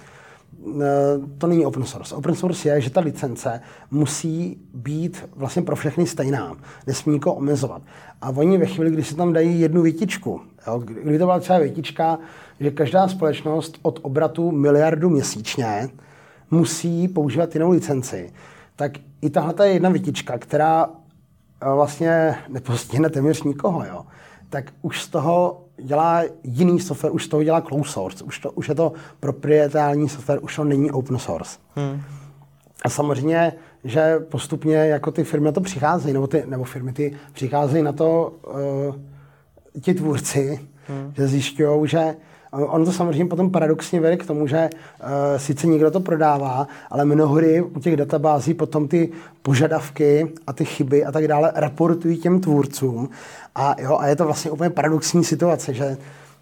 To není open source. Open source je, že ta licence musí být vlastně pro všechny stejná. Nesmí nikoho omezovat. A oni ve chvíli, kdy si tam dají jednu větičku, jo, kdy to byla třeba větička, že každá společnost od obratu miliardu měsíčně musí používat jinou licenci, tak i tahle ta jedna větička, která vlastně nepostihne téměř nikoho, jo, tak už z toho dělá jiný software, už z toho dělá closed source, už, to, už je to proprietární software, už to není open source. Hmm. A samozřejmě, že postupně jako ty firmy na to přicházejí, nebo, ty, nebo firmy ty přicházejí na to uh, ti tvůrci, hmm. že zjišťují, že ono to samozřejmě potom paradoxně vede k tomu, že uh, sice někdo to prodává, ale mnohdy u těch databází potom ty požadavky a ty chyby a tak dále raportují těm tvůrcům. A, jo, a je to vlastně úplně paradoxní situace, že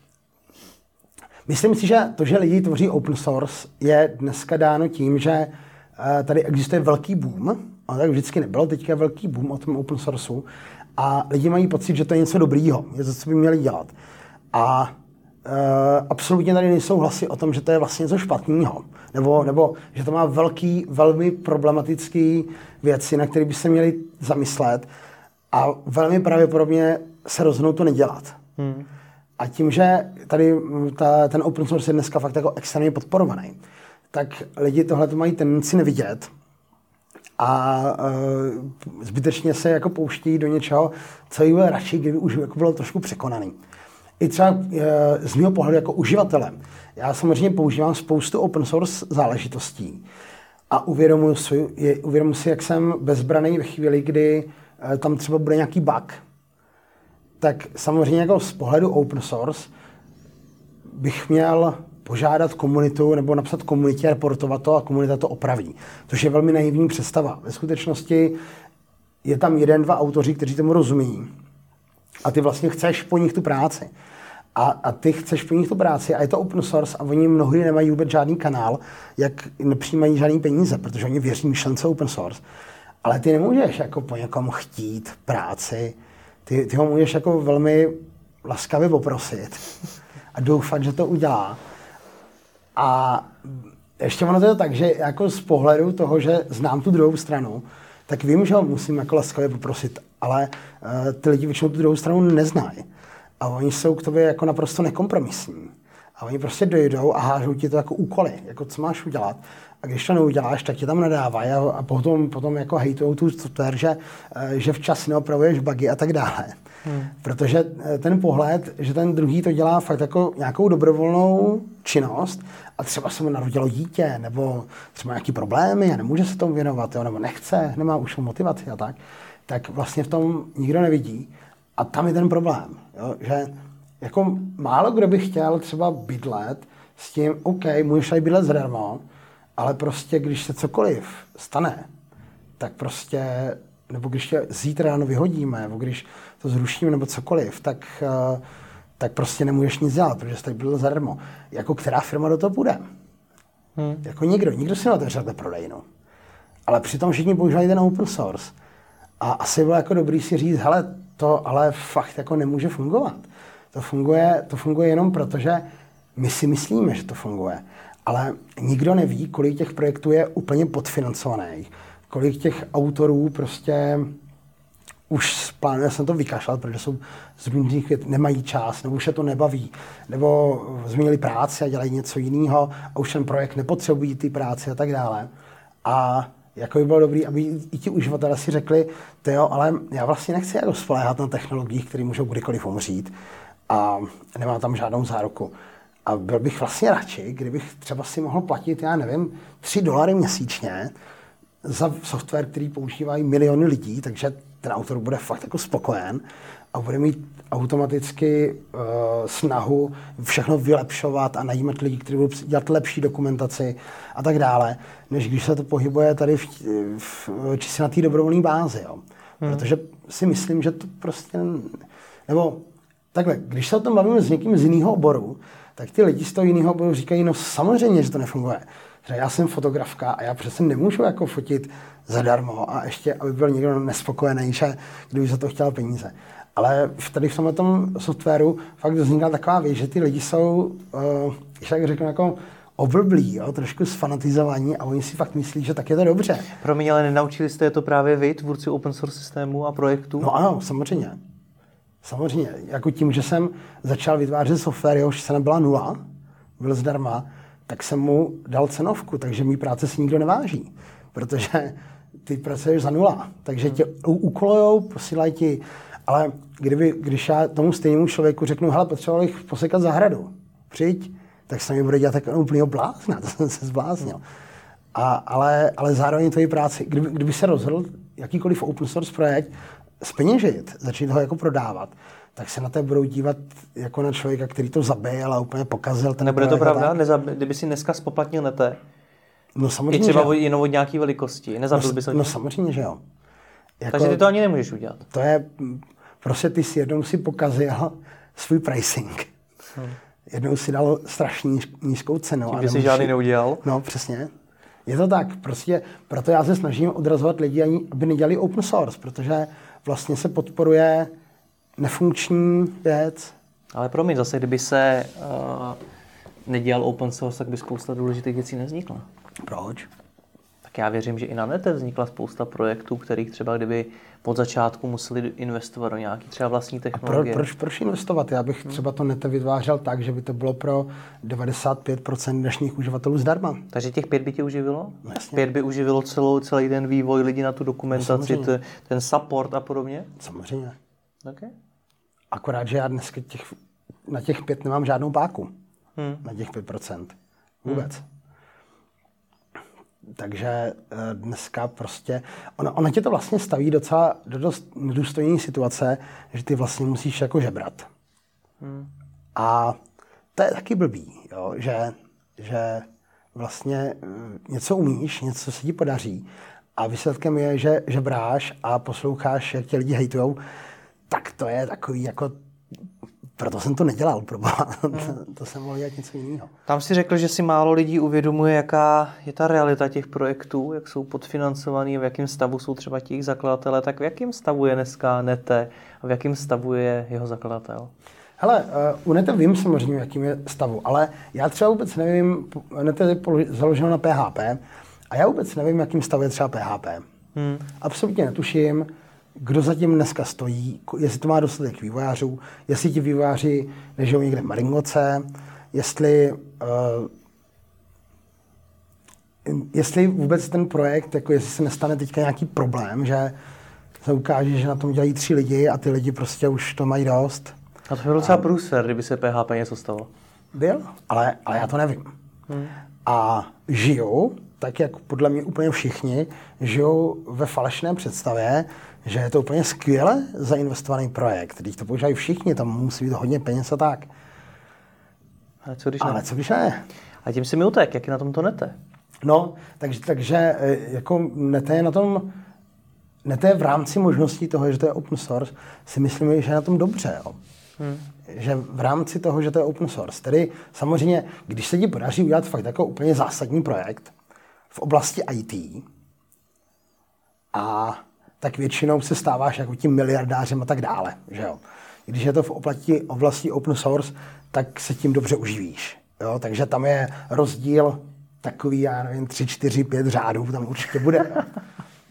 myslím si, že to, že lidi tvoří open source, je dneska dáno tím, že uh, tady existuje velký boom, a tak vždycky nebylo, teďka je velký boom o tom open sourceu a lidi mají pocit, že to je něco dobrýho, něco, co by měli dělat. A Uh, absolutně tady nejsou hlasy o tom, že to je vlastně něco špatného. Nebo, nebo že to má velký, velmi problematický věci, na které by se měli zamyslet a velmi pravděpodobně se rozhodnou to nedělat. Hmm. A tím, že tady ta, ten open source je dneska fakt jako extrémně podporovaný, tak lidi tohle to mají tendenci nevidět a uh, zbytečně se jako pouští do něčeho, co jim bude radši, kdyby už jako bylo trošku překonaný. I třeba z mého pohledu jako uživatele. Já samozřejmě používám spoustu open source záležitostí a uvědomuji si, je, uvědomuji si, jak jsem bezbraný ve chvíli, kdy tam třeba bude nějaký bug. Tak samozřejmě jako z pohledu open source bych měl požádat komunitu nebo napsat komunitě, reportovat to a komunita to opraví. Což je velmi naivní představa. Ve skutečnosti je tam jeden, dva autoři, kteří tomu rozumí. A ty vlastně chceš po nich tu práci. A, a ty chceš po nich tu práci a je to open source a oni mnohdy nemají vůbec žádný kanál, jak nepřijímají žádný peníze, protože oni věří myšlence open source. Ale ty nemůžeš jako po někom chtít práci. Ty, ty ho můžeš jako velmi laskavě poprosit a doufat, že to udělá. A ještě ono to je tak, že jako z pohledu toho, že znám tu druhou stranu, tak vím, že ho musím jako laskavě poprosit, ale uh, ty lidi většinou tu druhou stranu neznají. A oni jsou k tobě jako naprosto nekompromisní. A oni prostě dojdou a hážou ti to jako úkoly, jako co máš udělat. A když to neuděláš, tak tě tam nadávají a, a potom, potom jako hejtujou tu software, že, uh, že včas neopravuješ bugy a tak dále. Hmm. Protože ten pohled, že ten druhý to dělá fakt jako nějakou dobrovolnou činnost a třeba se mu narodilo dítě, nebo třeba nějaký problémy a nemůže se tomu věnovat, jo, nebo nechce, nemá už motivaci a tak, tak vlastně v tom nikdo nevidí. A tam je ten problém, jo, že jako málo kdo by chtěl třeba bydlet s tím, OK, můžeš tady bydlet zadarmo, ale prostě když se cokoliv stane, tak prostě, nebo když tě zítra ráno vyhodíme, nebo když to zrušíme, nebo cokoliv, tak, tak prostě nemůžeš nic dělat, protože jsi tady bydlet zadarmo. Jako která firma do toho půjde? Hmm. Jako nikdo, nikdo si neotevřel prodejnu. Ale přitom všichni používají ten open source. A asi bylo jako dobrý si říct, hele, to ale fakt jako nemůže fungovat. To funguje, to funguje jenom proto, že my si myslíme, že to funguje. Ale nikdo neví, kolik těch projektů je úplně podfinancovaných, kolik těch autorů prostě už plánuje jsem to vykašlat, protože jsou z různých věd, nemají čas, nebo už je to nebaví, nebo změnili práci a dělají něco jiného a už ten projekt nepotřebují ty práci a tak dále. A jako by bylo dobré, aby i ti uživatelé si řekli, jo, ale já vlastně nechci jako spoléhat na technologiích, které můžou kdykoliv umřít a nemám tam žádnou záruku. A byl bych vlastně radši, kdybych třeba si mohl platit, já nevím, tři dolary měsíčně za software, který používají miliony lidí, takže ten autor bude fakt jako spokojen a bude mít automaticky uh, snahu všechno vylepšovat a najímat lidi, kteří budou dělat lepší dokumentaci a tak dále, než když se to pohybuje tady v, v, čistě na té dobrovolné bázi. Jo. Hmm. Protože si myslím, že to prostě... Nebo takhle, když se o tom bavíme s někým z jiného oboru, tak ty lidi z toho jiného oboru říkají, no samozřejmě, že to nefunguje. Že já jsem fotografka a já přece nemůžu jako fotit zadarmo a ještě, aby byl někdo nespokojený, že kdyby za to chtěl peníze. Ale tady v tomto softwaru fakt vznikla taková věc, že ty lidi jsou, uh, když tak řeknu, jako oblblí, jo, trošku sfanatizovaní a oni si fakt myslí, že tak je to dobře. Promiň, ale nenaučili jste to právě vy, tvůrci open source systému a projektů? No ano, samozřejmě. Samozřejmě. Jako tím, že jsem začal vytvářet software, jehož cena byla nula, byl zdarma, tak jsem mu dal cenovku, takže mý práce si nikdo neváží, protože ty pracuješ za nula, takže tě úkolujou, posílají ti, ale kdyby, když já tomu stejnému člověku řeknu, hele, potřeboval bych posekat zahradu, přijď, tak se mi bude dělat takového úplného blázna, to jsem se zbláznil. A, ale, ale zároveň tvoji práci, kdyby, kdyby se rozhodl jakýkoliv open source projekt zpeněžit, začít ho jako prodávat, tak se na to budou dívat jako na člověka, který to zabil a úplně pokazil. Ten Nebude to pravda? Nezab... Kdyby si dneska spoplatnil nete, no samozřejmě, i třeba že... jenom od nějaké velikosti, nezabil no, by se? No samozřejmě, že jo. Jako... Takže ty to ani nemůžeš udělat. To je, prostě ty si jednou si pokazil svůj pricing. Hmm. Jednou si dal strašně nízkou cenu. Tím, že jsi žádný neudělal? No, přesně. Je to tak. Prostě proto já se snažím odrazovat lidi, aby nedělali open source, protože vlastně se podporuje nefunkční věc. Ale promiň, zase kdyby se uh, nedělal open source, tak by spousta důležitých věcí nevznikla. Proč? Tak já věřím, že i na nete vznikla spousta projektů, kterých třeba kdyby od začátku museli investovat do nějaký třeba vlastní technologie. A pro, proč, proč investovat? Já bych třeba to nete vytvářel tak, že by to bylo pro devadesát pět procent dnešních uživatelů zdarma. Takže těch pět by tě uživilo? No, jasně. Pět by uživilo celou, celý ten vývoj, lidi na tu dokumentaci, no, t, ten support a podobně? Samozřejmě. Okay. Akorát, že já dneska těch, na těch pět nemám žádnou páku. Hmm. Na těch pět procent. Vůbec. Hmm. Takže dneska prostě, ono, ono tě to vlastně staví docela do dost nedůstojné situace, že ty vlastně musíš jako žebrat. Hmm. A to je taky blbý, jo? Že, že vlastně něco umíš, něco se ti podaří a výsledkem je, že žebráš a posloucháš, jak tě lidi hejtujou, tak to je takový jako... Proto jsem to nedělal, proboha. Hmm. To jsem mohl dělat něco jiného. Tam si řekl, že si málo lidí uvědomuje, jaká je ta realita těch projektů, jak jsou podfinancovaný, v jakém stavu jsou třeba těch zakladatelé, tak v jakém stavu je dneska nete a v jakém stavu je jeho zakladatel? Hele, uh, u nete vím samozřejmě, v jakém je stavu, ale já třeba vůbec nevím, nete je založeno na P H P a já vůbec nevím, v jakém stavu je třeba P H P. Hmm. Absolutně netuším, kdo zatím dneska stojí, jestli to má dostatek vývojářů, jestli ti vývojáři nežijou někde v Maringoce, jestli, uh, jestli vůbec ten projekt, jako jestli se nestane teďka nějaký problém, že se ukáže, že na tom dělají tři lidi a ty lidi prostě už to mají dost. A to byl docela průser, kdyby se P H P něco stalo. Byl, ale, ale já to nevím. Hmm. A žijou, tak jak podle mě úplně všichni, žijou ve falešné představě, že je to úplně skvěle zainvestovaný projekt. Když to používají všichni, tam musí být hodně peněz a tak. Ale co když ne? Ale co když ne? A tím si mi utek, jak je na tom to nete? No, takže, takže jako nete je na tom, nete je v rámci možností toho, že to je open source, si myslím, že je na tom dobře. Jo. Hmm. Že v rámci toho, že to je open source. Tedy samozřejmě, když se ti podaří udělat fakt jako úplně zásadní projekt v oblasti í té, a tak většinou se stáváš jako tím miliardářem a tak dále. Že jo? Když je to v oblasti, oblasti open source, tak se tím dobře uživíš. Jo? Takže tam je rozdíl takový, já nevím, tři, čtyři, pět řádů, tam určitě bude. Jo?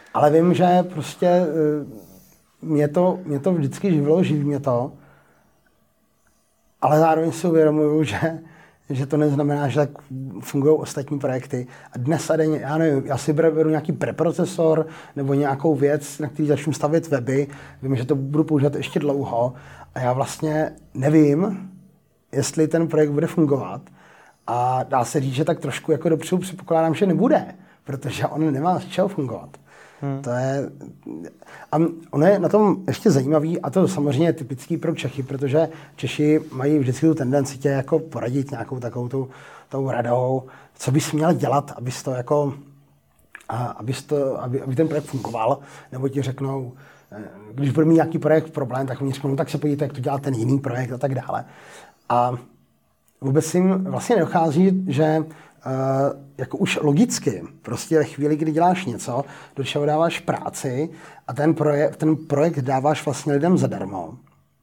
Ale vím, že prostě mě to, mě to vždycky živilo, živí mě to, ale zároveň si uvědomuju, že, že to neznamená, že tak fungují ostatní projekty. A dnes a denně, já nevím, já si beru nějaký preprocesor nebo nějakou věc, na který začnu stavět weby, vím, že to budu používat ještě dlouho a já vlastně nevím, jestli ten projekt bude fungovat. A dá se říct, že tak trošku jako dopředu předpokládám, že nebude, protože on nemá z čeho fungovat. Hmm. To je, a ono je na tom ještě zajímavý, a to samozřejmě je typický pro Čechy, protože Češi mají vždycky tu tendenci tě jako poradit nějakou takovou tou, tou radou, co bys měl dělat, abys to jako, abys to, aby, aby ten projekt fungoval, nebo ti řeknou, když bude mít nějaký projekt problém, tak oni řeknou, no, tak se podívejte, jak to dělá ten jiný projekt a tak dále. A vůbec jim vlastně nedochází, že uh, jako už logicky, prostě ve chvíli, kdy děláš něco, do čeho dáváš práci a ten projekt, ten projekt dáváš vlastně lidem zadarmo,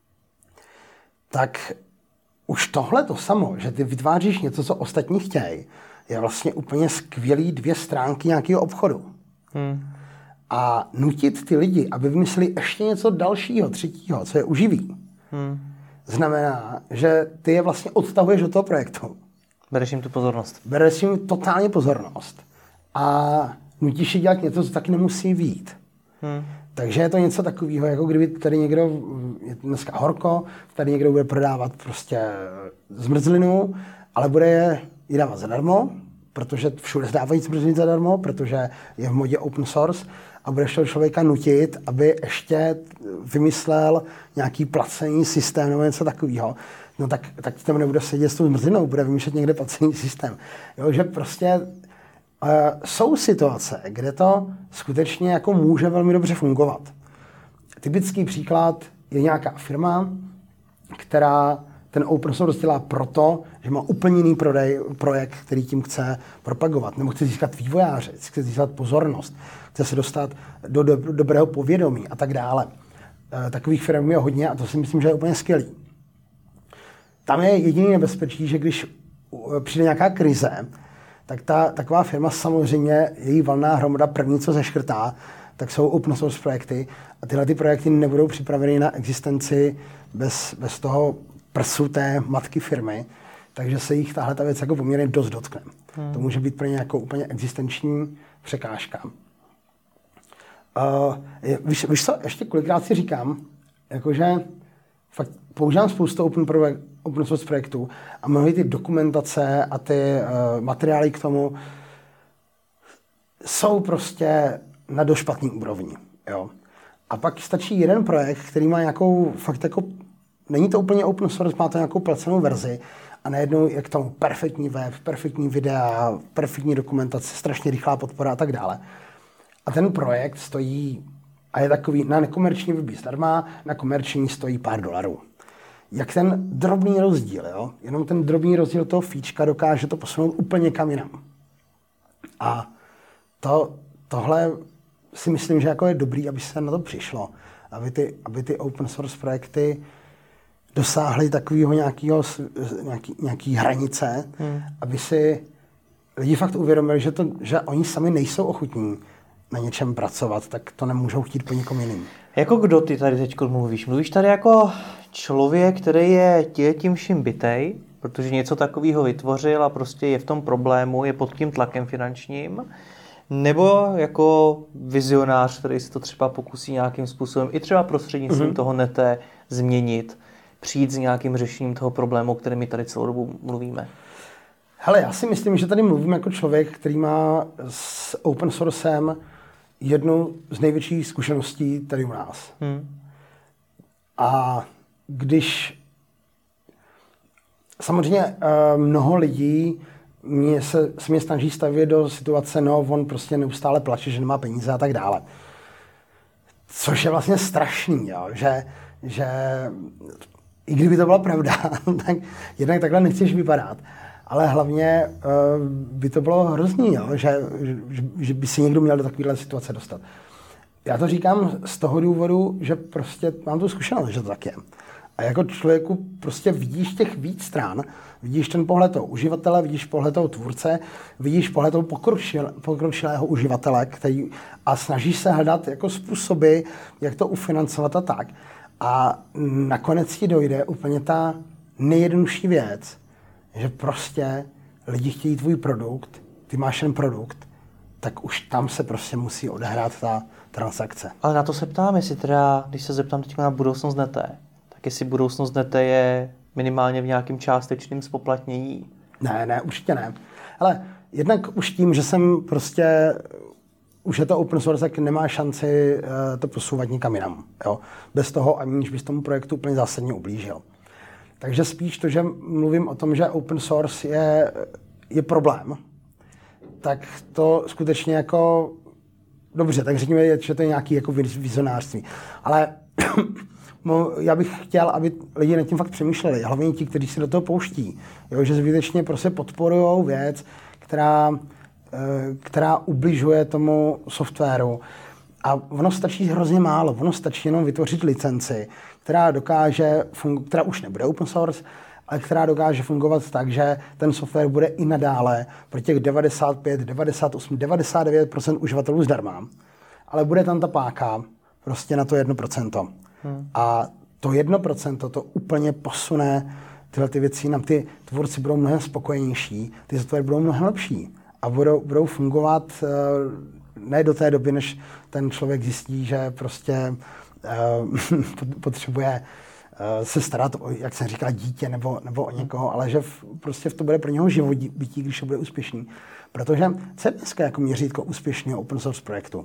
tak už tohle to samo, že ty vytváříš něco, co ostatní chtějí, je vlastně úplně skvělý dvě stránky nějakého obchodu. Hmm. A nutit ty lidi, aby vymysleli ještě něco dalšího, třetího, co je uživí, hmm. znamená, že ty je vlastně odtahuješ od toho projektu. Bereš jim tu pozornost. Bereš jim totálně pozornost. A nutíš je dělat něco, co taky nemusí vyjít. Hmm. Takže je to něco takového, jako kdyby tady někdo, je dneska horko, tady někdo bude prodávat prostě zmrzlinu, ale bude je ji dávat zadarmo, protože všude dávají zmrzlinu zadarmo, protože je v modě open source, a budeš toho člověka nutit, aby ještě vymyslel nějaký placený systém nebo něco takového. No tak, tak tam nebude sedět s tou zmrzlinou, bude vymýšlet někde placený systém. Jo, že prostě uh, jsou situace, kde to skutečně jako může velmi dobře fungovat. Typický příklad je nějaká firma, která ten open source dělá proto, že má úplně jiný prodej, projekt, který tím chce propagovat, nebo chce získat vývojáře, chce získat pozornost, chce se dostat do, do, do dobrého povědomí a tak dále. E, takových firm je hodně a to si myslím, že je úplně skvělý. Tam je jediný nebezpečí, že když přijde nějaká krize, tak ta taková firma samozřejmě, její valná hromada první, co zeškrtá, tak jsou open source projekty a tyhle ty projekty nebudou připraveny na existenci bez, bez toho prsu té matky firmy, takže se jich tahle ta věc jako poměrně dost dotkne. Hmm. To může být pro ně jako úplně existenční překážka. Uh, víš, víš co, ještě kolikrát si říkám, jakože fakt používám spoustu open, projekt, open source projektů a mnohdy ty dokumentace a ty uh, materiály k tomu jsou prostě na dost špatný úrovni. Jo? A pak stačí jeden projekt, který má nějakou fakt jako není to úplně open source, má to nějakou placenou verzi a najednou je k tomu perfektní web, perfektní videa, perfektní dokumentace, strašně rychlá podpora a tak dále. A ten projekt stojí, a je takový, na nekomerční weby zdarma, na komerční stojí pár dolarů. Jak ten drobný rozdíl, jo? Jenom ten drobný rozdíl toho fíčka dokáže to posunout úplně kam jinam. A to, tohle si myslím, že jako je dobrý, aby se na to přišlo, aby ty, aby ty open source projekty dosáhli takového nějakého, nějaký, nějaký hranice, hmm. aby si lidi fakt uvědomili, že, to, že oni sami nejsou ochotní na něčem pracovat, tak to nemůžou chtít po někom jiným. Jako kdo ty tady teď mluvíš? Mluvíš tady jako člověk, který je tím vším bitej, protože něco takového vytvořil a prostě je v tom problému, je pod tím tlakem finančním, nebo jako vizionář, který si to třeba pokusí nějakým způsobem i třeba prostřednictvím mm-hmm. toho nete změnit, přijít s nějakým řešením toho problému, o kterém my tady celou dobu mluvíme? Hele, já si myslím, že tady mluvím jako člověk, který má s open sourcem jednu z největších zkušeností tady u nás. Hmm. A když samozřejmě mnoho lidí mě se, se mě snaží stavět do situace, no on prostě neustále plače, že nemá peníze a tak dále. Což je vlastně strašný, jo? Že, že i kdyby to byla pravda, tak jednak takhle nechceš vypadat. Ale hlavně uh, by to bylo hrozný, jo? Že, že, že by si někdo měl do takovéhle situace dostat. Já to říkám z toho důvodu, že prostě mám tu zkušenost, že to tak je. A jako člověku prostě vidíš těch víc stran, vidíš ten pohled toho uživatele, vidíš pohled toho tvůrce, vidíš pohled toho pokročil, pokročilého uživatele, který, a snažíš se hledat jako způsoby, jak to ufinancovat a tak. A nakonec ti dojde úplně ta nejjednodušší věc, že prostě lidi chtějí tvůj produkt, ty máš ten produkt, tak už tam se prostě musí odehrát ta transakce. Ale na to se ptám, jestli teda, když se zeptám teď na budoucnost Nete, tak jestli budoucnost Nete je minimálně v nějakým částečným spoplatnění. Ne, ne, určitě ne. Ale jednak už tím, že jsem prostě, už je to open source, tak nemá šanci uh, to posouvat nikam jinam. Jo? Bez toho, aniž bys tomu projektu úplně zásadně ublížil. Takže spíš to, že mluvím o tom, že open source je, je problém, tak to skutečně jako, dobře, tak řekněme, že to je nějaký jako vizionářství. Ale já bych chtěl, aby lidi nad tím fakt přemýšleli, hlavně ti, kteří se do toho pouští. Jo, že zbytečně prostě podporujou věc, která, která ubližuje tomu softwaru. A ono stačí hrozně málo, ono stačí jenom vytvořit licenci, která dokáže, fungu- která už nebude open source, ale která dokáže fungovat tak, že ten software bude i nadále pro těch devadesát pět, devadesát osm, devadesát devět procent uživatelů zdarma, ale bude tam ta páka prostě na to jedno procento. Hmm. A to jedno procento to úplně posune tyhle ty věci, nám ty tvůrci budou mnohem spokojenější, ty software budou mnohem lepší a budou, budou fungovat ne do té doby, než ten člověk zjistí, že prostě uh, potřebuje uh, se starat o, jak jsem říkal, dítě nebo, nebo o někoho, ale že v, prostě to bude pro něho živobytí, když to bude úspěšný. Protože co je dneska jako měřítko úspěšného open source projektu?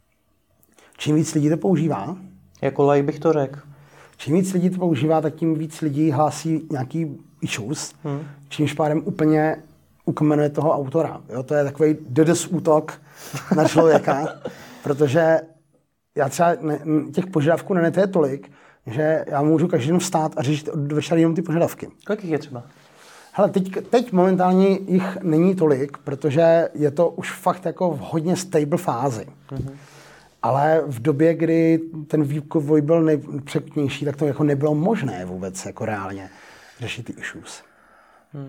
Čím víc lidí to používá, jako like bych to řekl. Čím víc lidí to používá, tak tím víc lidí hlásí nějaký issues, hmm. čímž pádem úplně ukamenuje toho autora. Jo? To je takový DDoS útok na člověka, protože já třeba ne, těch požadavků na Netu je tolik, že já můžu každý den vstát a řešit od večera jenom ty požadavky. Kolik je třeba? Hele, teď, teď momentálně jich není tolik, protože je to už fakt jako v hodně stable fázi. Mm-hmm. Ale v době, kdy ten vývoj byl nejpřekotnější, tak to jako nebylo možné vůbec jako reálně řešit ty issues. Hmm.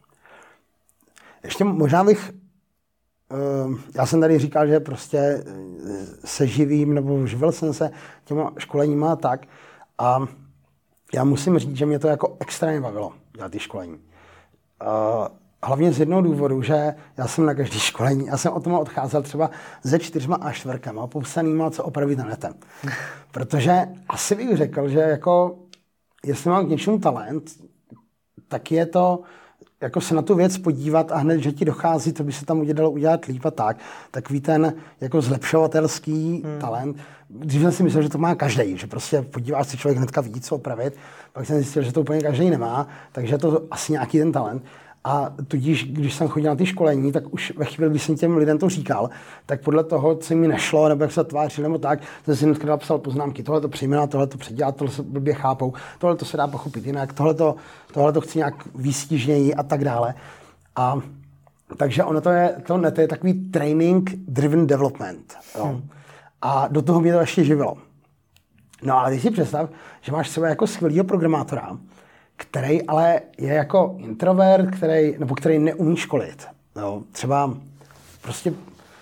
Ještě možná bych, uh, já jsem tady říkal, že prostě se živím, nebo živil jsem se těma školeníma a tak. A já musím říct, že mě to jako extrémně bavilo dělat ty školení. Uh, Hlavně z jednoho důvodu, že já jsem na každý školení, já jsem o tom odcházel třeba ze čtyřma a čtvrkama, popsanýma, co opravit na netem. Protože asi bych řekl, že jako, jestli mám k něčemu talent, tak je to jako se na tu věc podívat a hned, že ti dochází, co by se tam udělalo udělat líp a tak. Takový ten jako zlepšovatelský hmm. talent. Dřív jsem si myslel, že to má každý, že prostě podíváš se, člověk hnedka ví, co opravit. Pak jsem zjistil, že to úplně každý nemá, takže je to asi nějaký ten talent. A tudíž, když jsem chodil na ty školení, tak už ve chvíli, kdy jsem těm lidem to říkal, tak podle toho, co mi nešlo, nebo jak se tvářil, nebo tak, jsem si hnedka napsal poznámky, tohle to přijme, tohle to předělat, tohle se blbě chápou, tohle to se dá pochopit jinak, tohle to chci nějak výstižněji a tak dále. A takže ono to je, to, ne, to je takový training driven development. Jo. Hmm. A do toho mě to ještě živilo. No ale když si představ, že máš sebe jako skvělýho programátora, který ale je jako introvert, který, nebo který neumí školit. Jo, třeba prostě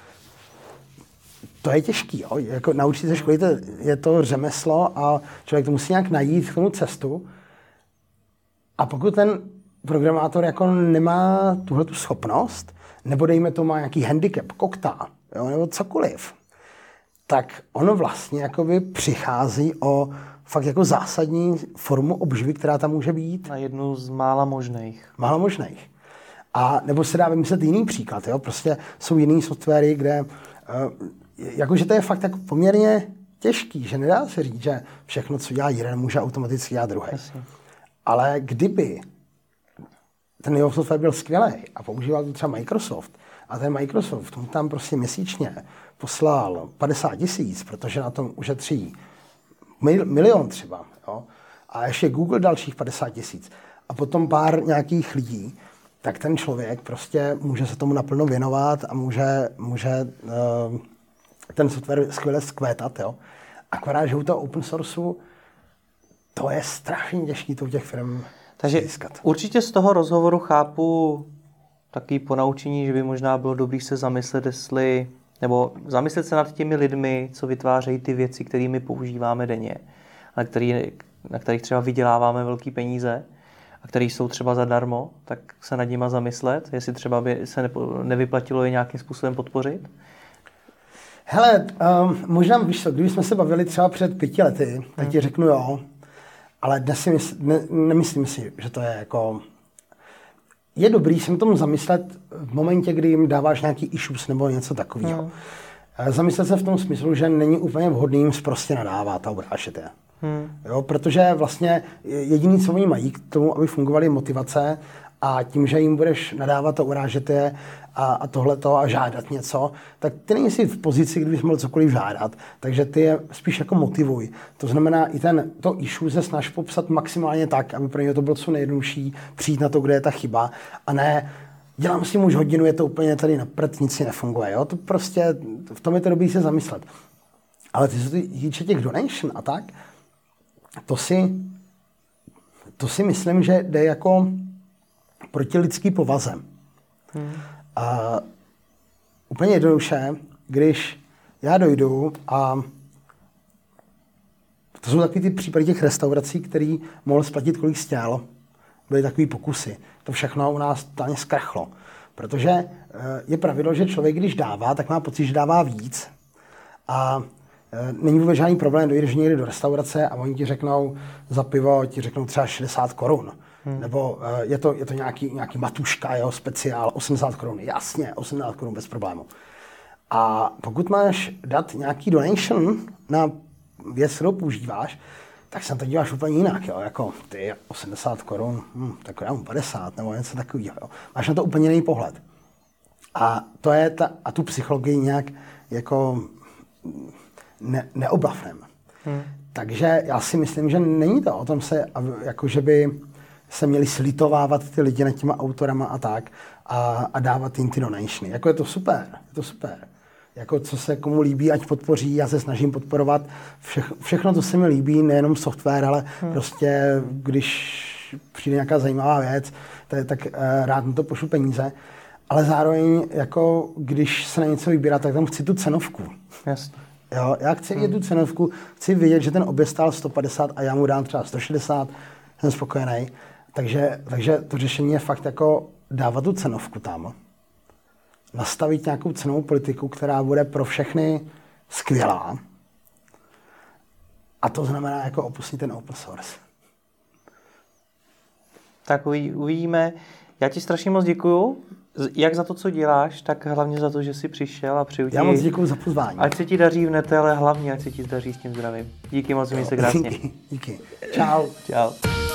to je těžký. Jo? Jako naučit se školit je to řemeslo a člověk to musí nějak najít k tomu cestu. A pokud ten programátor jako nemá tuhletu schopnost, nebo dejme tomu má nějaký handicap, koktá, jo? Nebo cokoliv, tak ono vlastně jakoby přichází o fakt jako zásadní formu obživy, která tam může být. Na jednu z mála možných. Málo možných. A nebo se dá vymyslet jiný příklad. Jo? Prostě jsou jiný softwary, kde uh, jakože to je fakt jako poměrně těžký, že nedá se říct, že všechno, co dělá jeden, může automaticky dělat druhý. Jasně. Ale kdyby ten jeho software byl skvělý a používal to třeba Microsoft, a ten Microsoft mu tam prostě měsíčně poslal padesát tisíc, protože na tom ušetří milion třeba, jo? A ještě Google dalších padesát tisíc. A potom pár nějakých lidí, tak ten člověk prostě může se tomu naplno věnovat a může, může uh, ten software skvěle zkvétat. Jo? Akorát, že u toho open sourceu to je strašně těžký to u těch firm Takže získat. Určitě z toho rozhovoru chápu taky ponaučení, že by možná bylo dobré se zamyslet, jestli, nebo zamyslet se nad těmi lidmi, co vytvářejí ty věci, kterými používáme denně, na, který, na kterých třeba vyděláváme velký peníze a které jsou třeba zadarmo, tak se nad nima zamyslet, jestli třeba by se nepo, nevyplatilo je nějakým způsobem podpořit. Hele, um, možná, víš co, kdybychom se bavili třeba před pěti lety, tak hmm. ti řeknu jo, ale dnes si mysl, ne, nemyslím si, že to je jako... Je dobrý se na tom zamyslet v momentě, kdy jim dáváš nějaký issues nebo něco takového. Hmm. Zamyslet se v tom smyslu, že není úplně vhodný jim prostě nadávat a urážet je. Hmm. Jo, protože vlastně jediný, co oni mají k tomu, aby fungovaly motivace, a tím, že jim budeš nadávat a urážet je a, a tohleto a žádat něco, tak ty nejsi v pozici, kdybys mohl cokoliv žádat. Takže ty je spíš jako motivuj. To znamená, i ten, to issue se snaž popsat maximálně tak, aby pro něj to bylo co nejjednodušší, přijít na to, kde je ta chyba, a ne dělám si už hodinu, je to úplně tady na prd, nic si nefunguje. Jo? To prostě, v tom je to dobrý se zamyslet. Ale ty, co ty týče těch donation a tak, to si, to si myslím, že jde jako proti lidský povaze. Hmm. A úplně jednoduše, když já dojdu a to jsou takový ty případy těch restaurací, který mohl splatit, kolik chtěl. Byly takový pokusy. To všechno u nás totálně zkrachlo. Protože je pravidlo, že člověk, když dává, tak má pocit, že dává víc. A není vůbec žádný problém, dojdeš někdy do restaurace a oni ti řeknou za pivo, ti řeknou třeba šedesát korun. Hmm. Nebo uh, je to, je to nějaký, nějaký matuška, jeho speciál, osmdesát korun. Jasně, osmdesát korun bez problému. A pokud máš dát nějaký donation na věc, kterou používáš, tak se na to díváš úplně jinak. Jo? Jako ty osmdesát korun, hm, tak já mám padesát nebo něco takového. Jo? Máš na to úplně jiný pohled. A, to je ta, a tu psychologii nějak jako ne, neoblavneme. Hmm. Takže já si myslím, že není to o tom se, jako že by se měli slitovávat ty lidi nad těma autorama a tak a, a dávat jim ty donationy. Jako je to super, je to super. Jako co se komu líbí, ať podpoří, já se snažím podporovat. Vše, všechno, co se mi líbí, nejenom software, ale hmm. prostě, když přijde nějaká zajímavá věc, tak, tak uh, rád na to pošlu peníze. Ale zároveň, jako když se na něco vybírá, tak tam chci tu cenovku. Jasně. Jo, já chci hmm. tu cenovku, chci vidět, že ten oběd stál sto padesát a já mu dám třeba sto šedesát, jsem spokojený. Takže, takže to řešení je fakt jako dávat tu cenovku tam. Nastavit nějakou cenovou politiku, která bude pro všechny skvělá. A to znamená jako opustit ten open source. Tak uvidíme. Já ti strašně moc děkuju, jak za to, co děláš, tak hlavně za to, že jsi přišel a přeju ti... Já moc děkuju za pozvání. Ať se ti daří v nete, ale hlavně ať se ti daří s tím zdravím. Díky moc, mi se krásně. Díky, díky. Čau. Čau.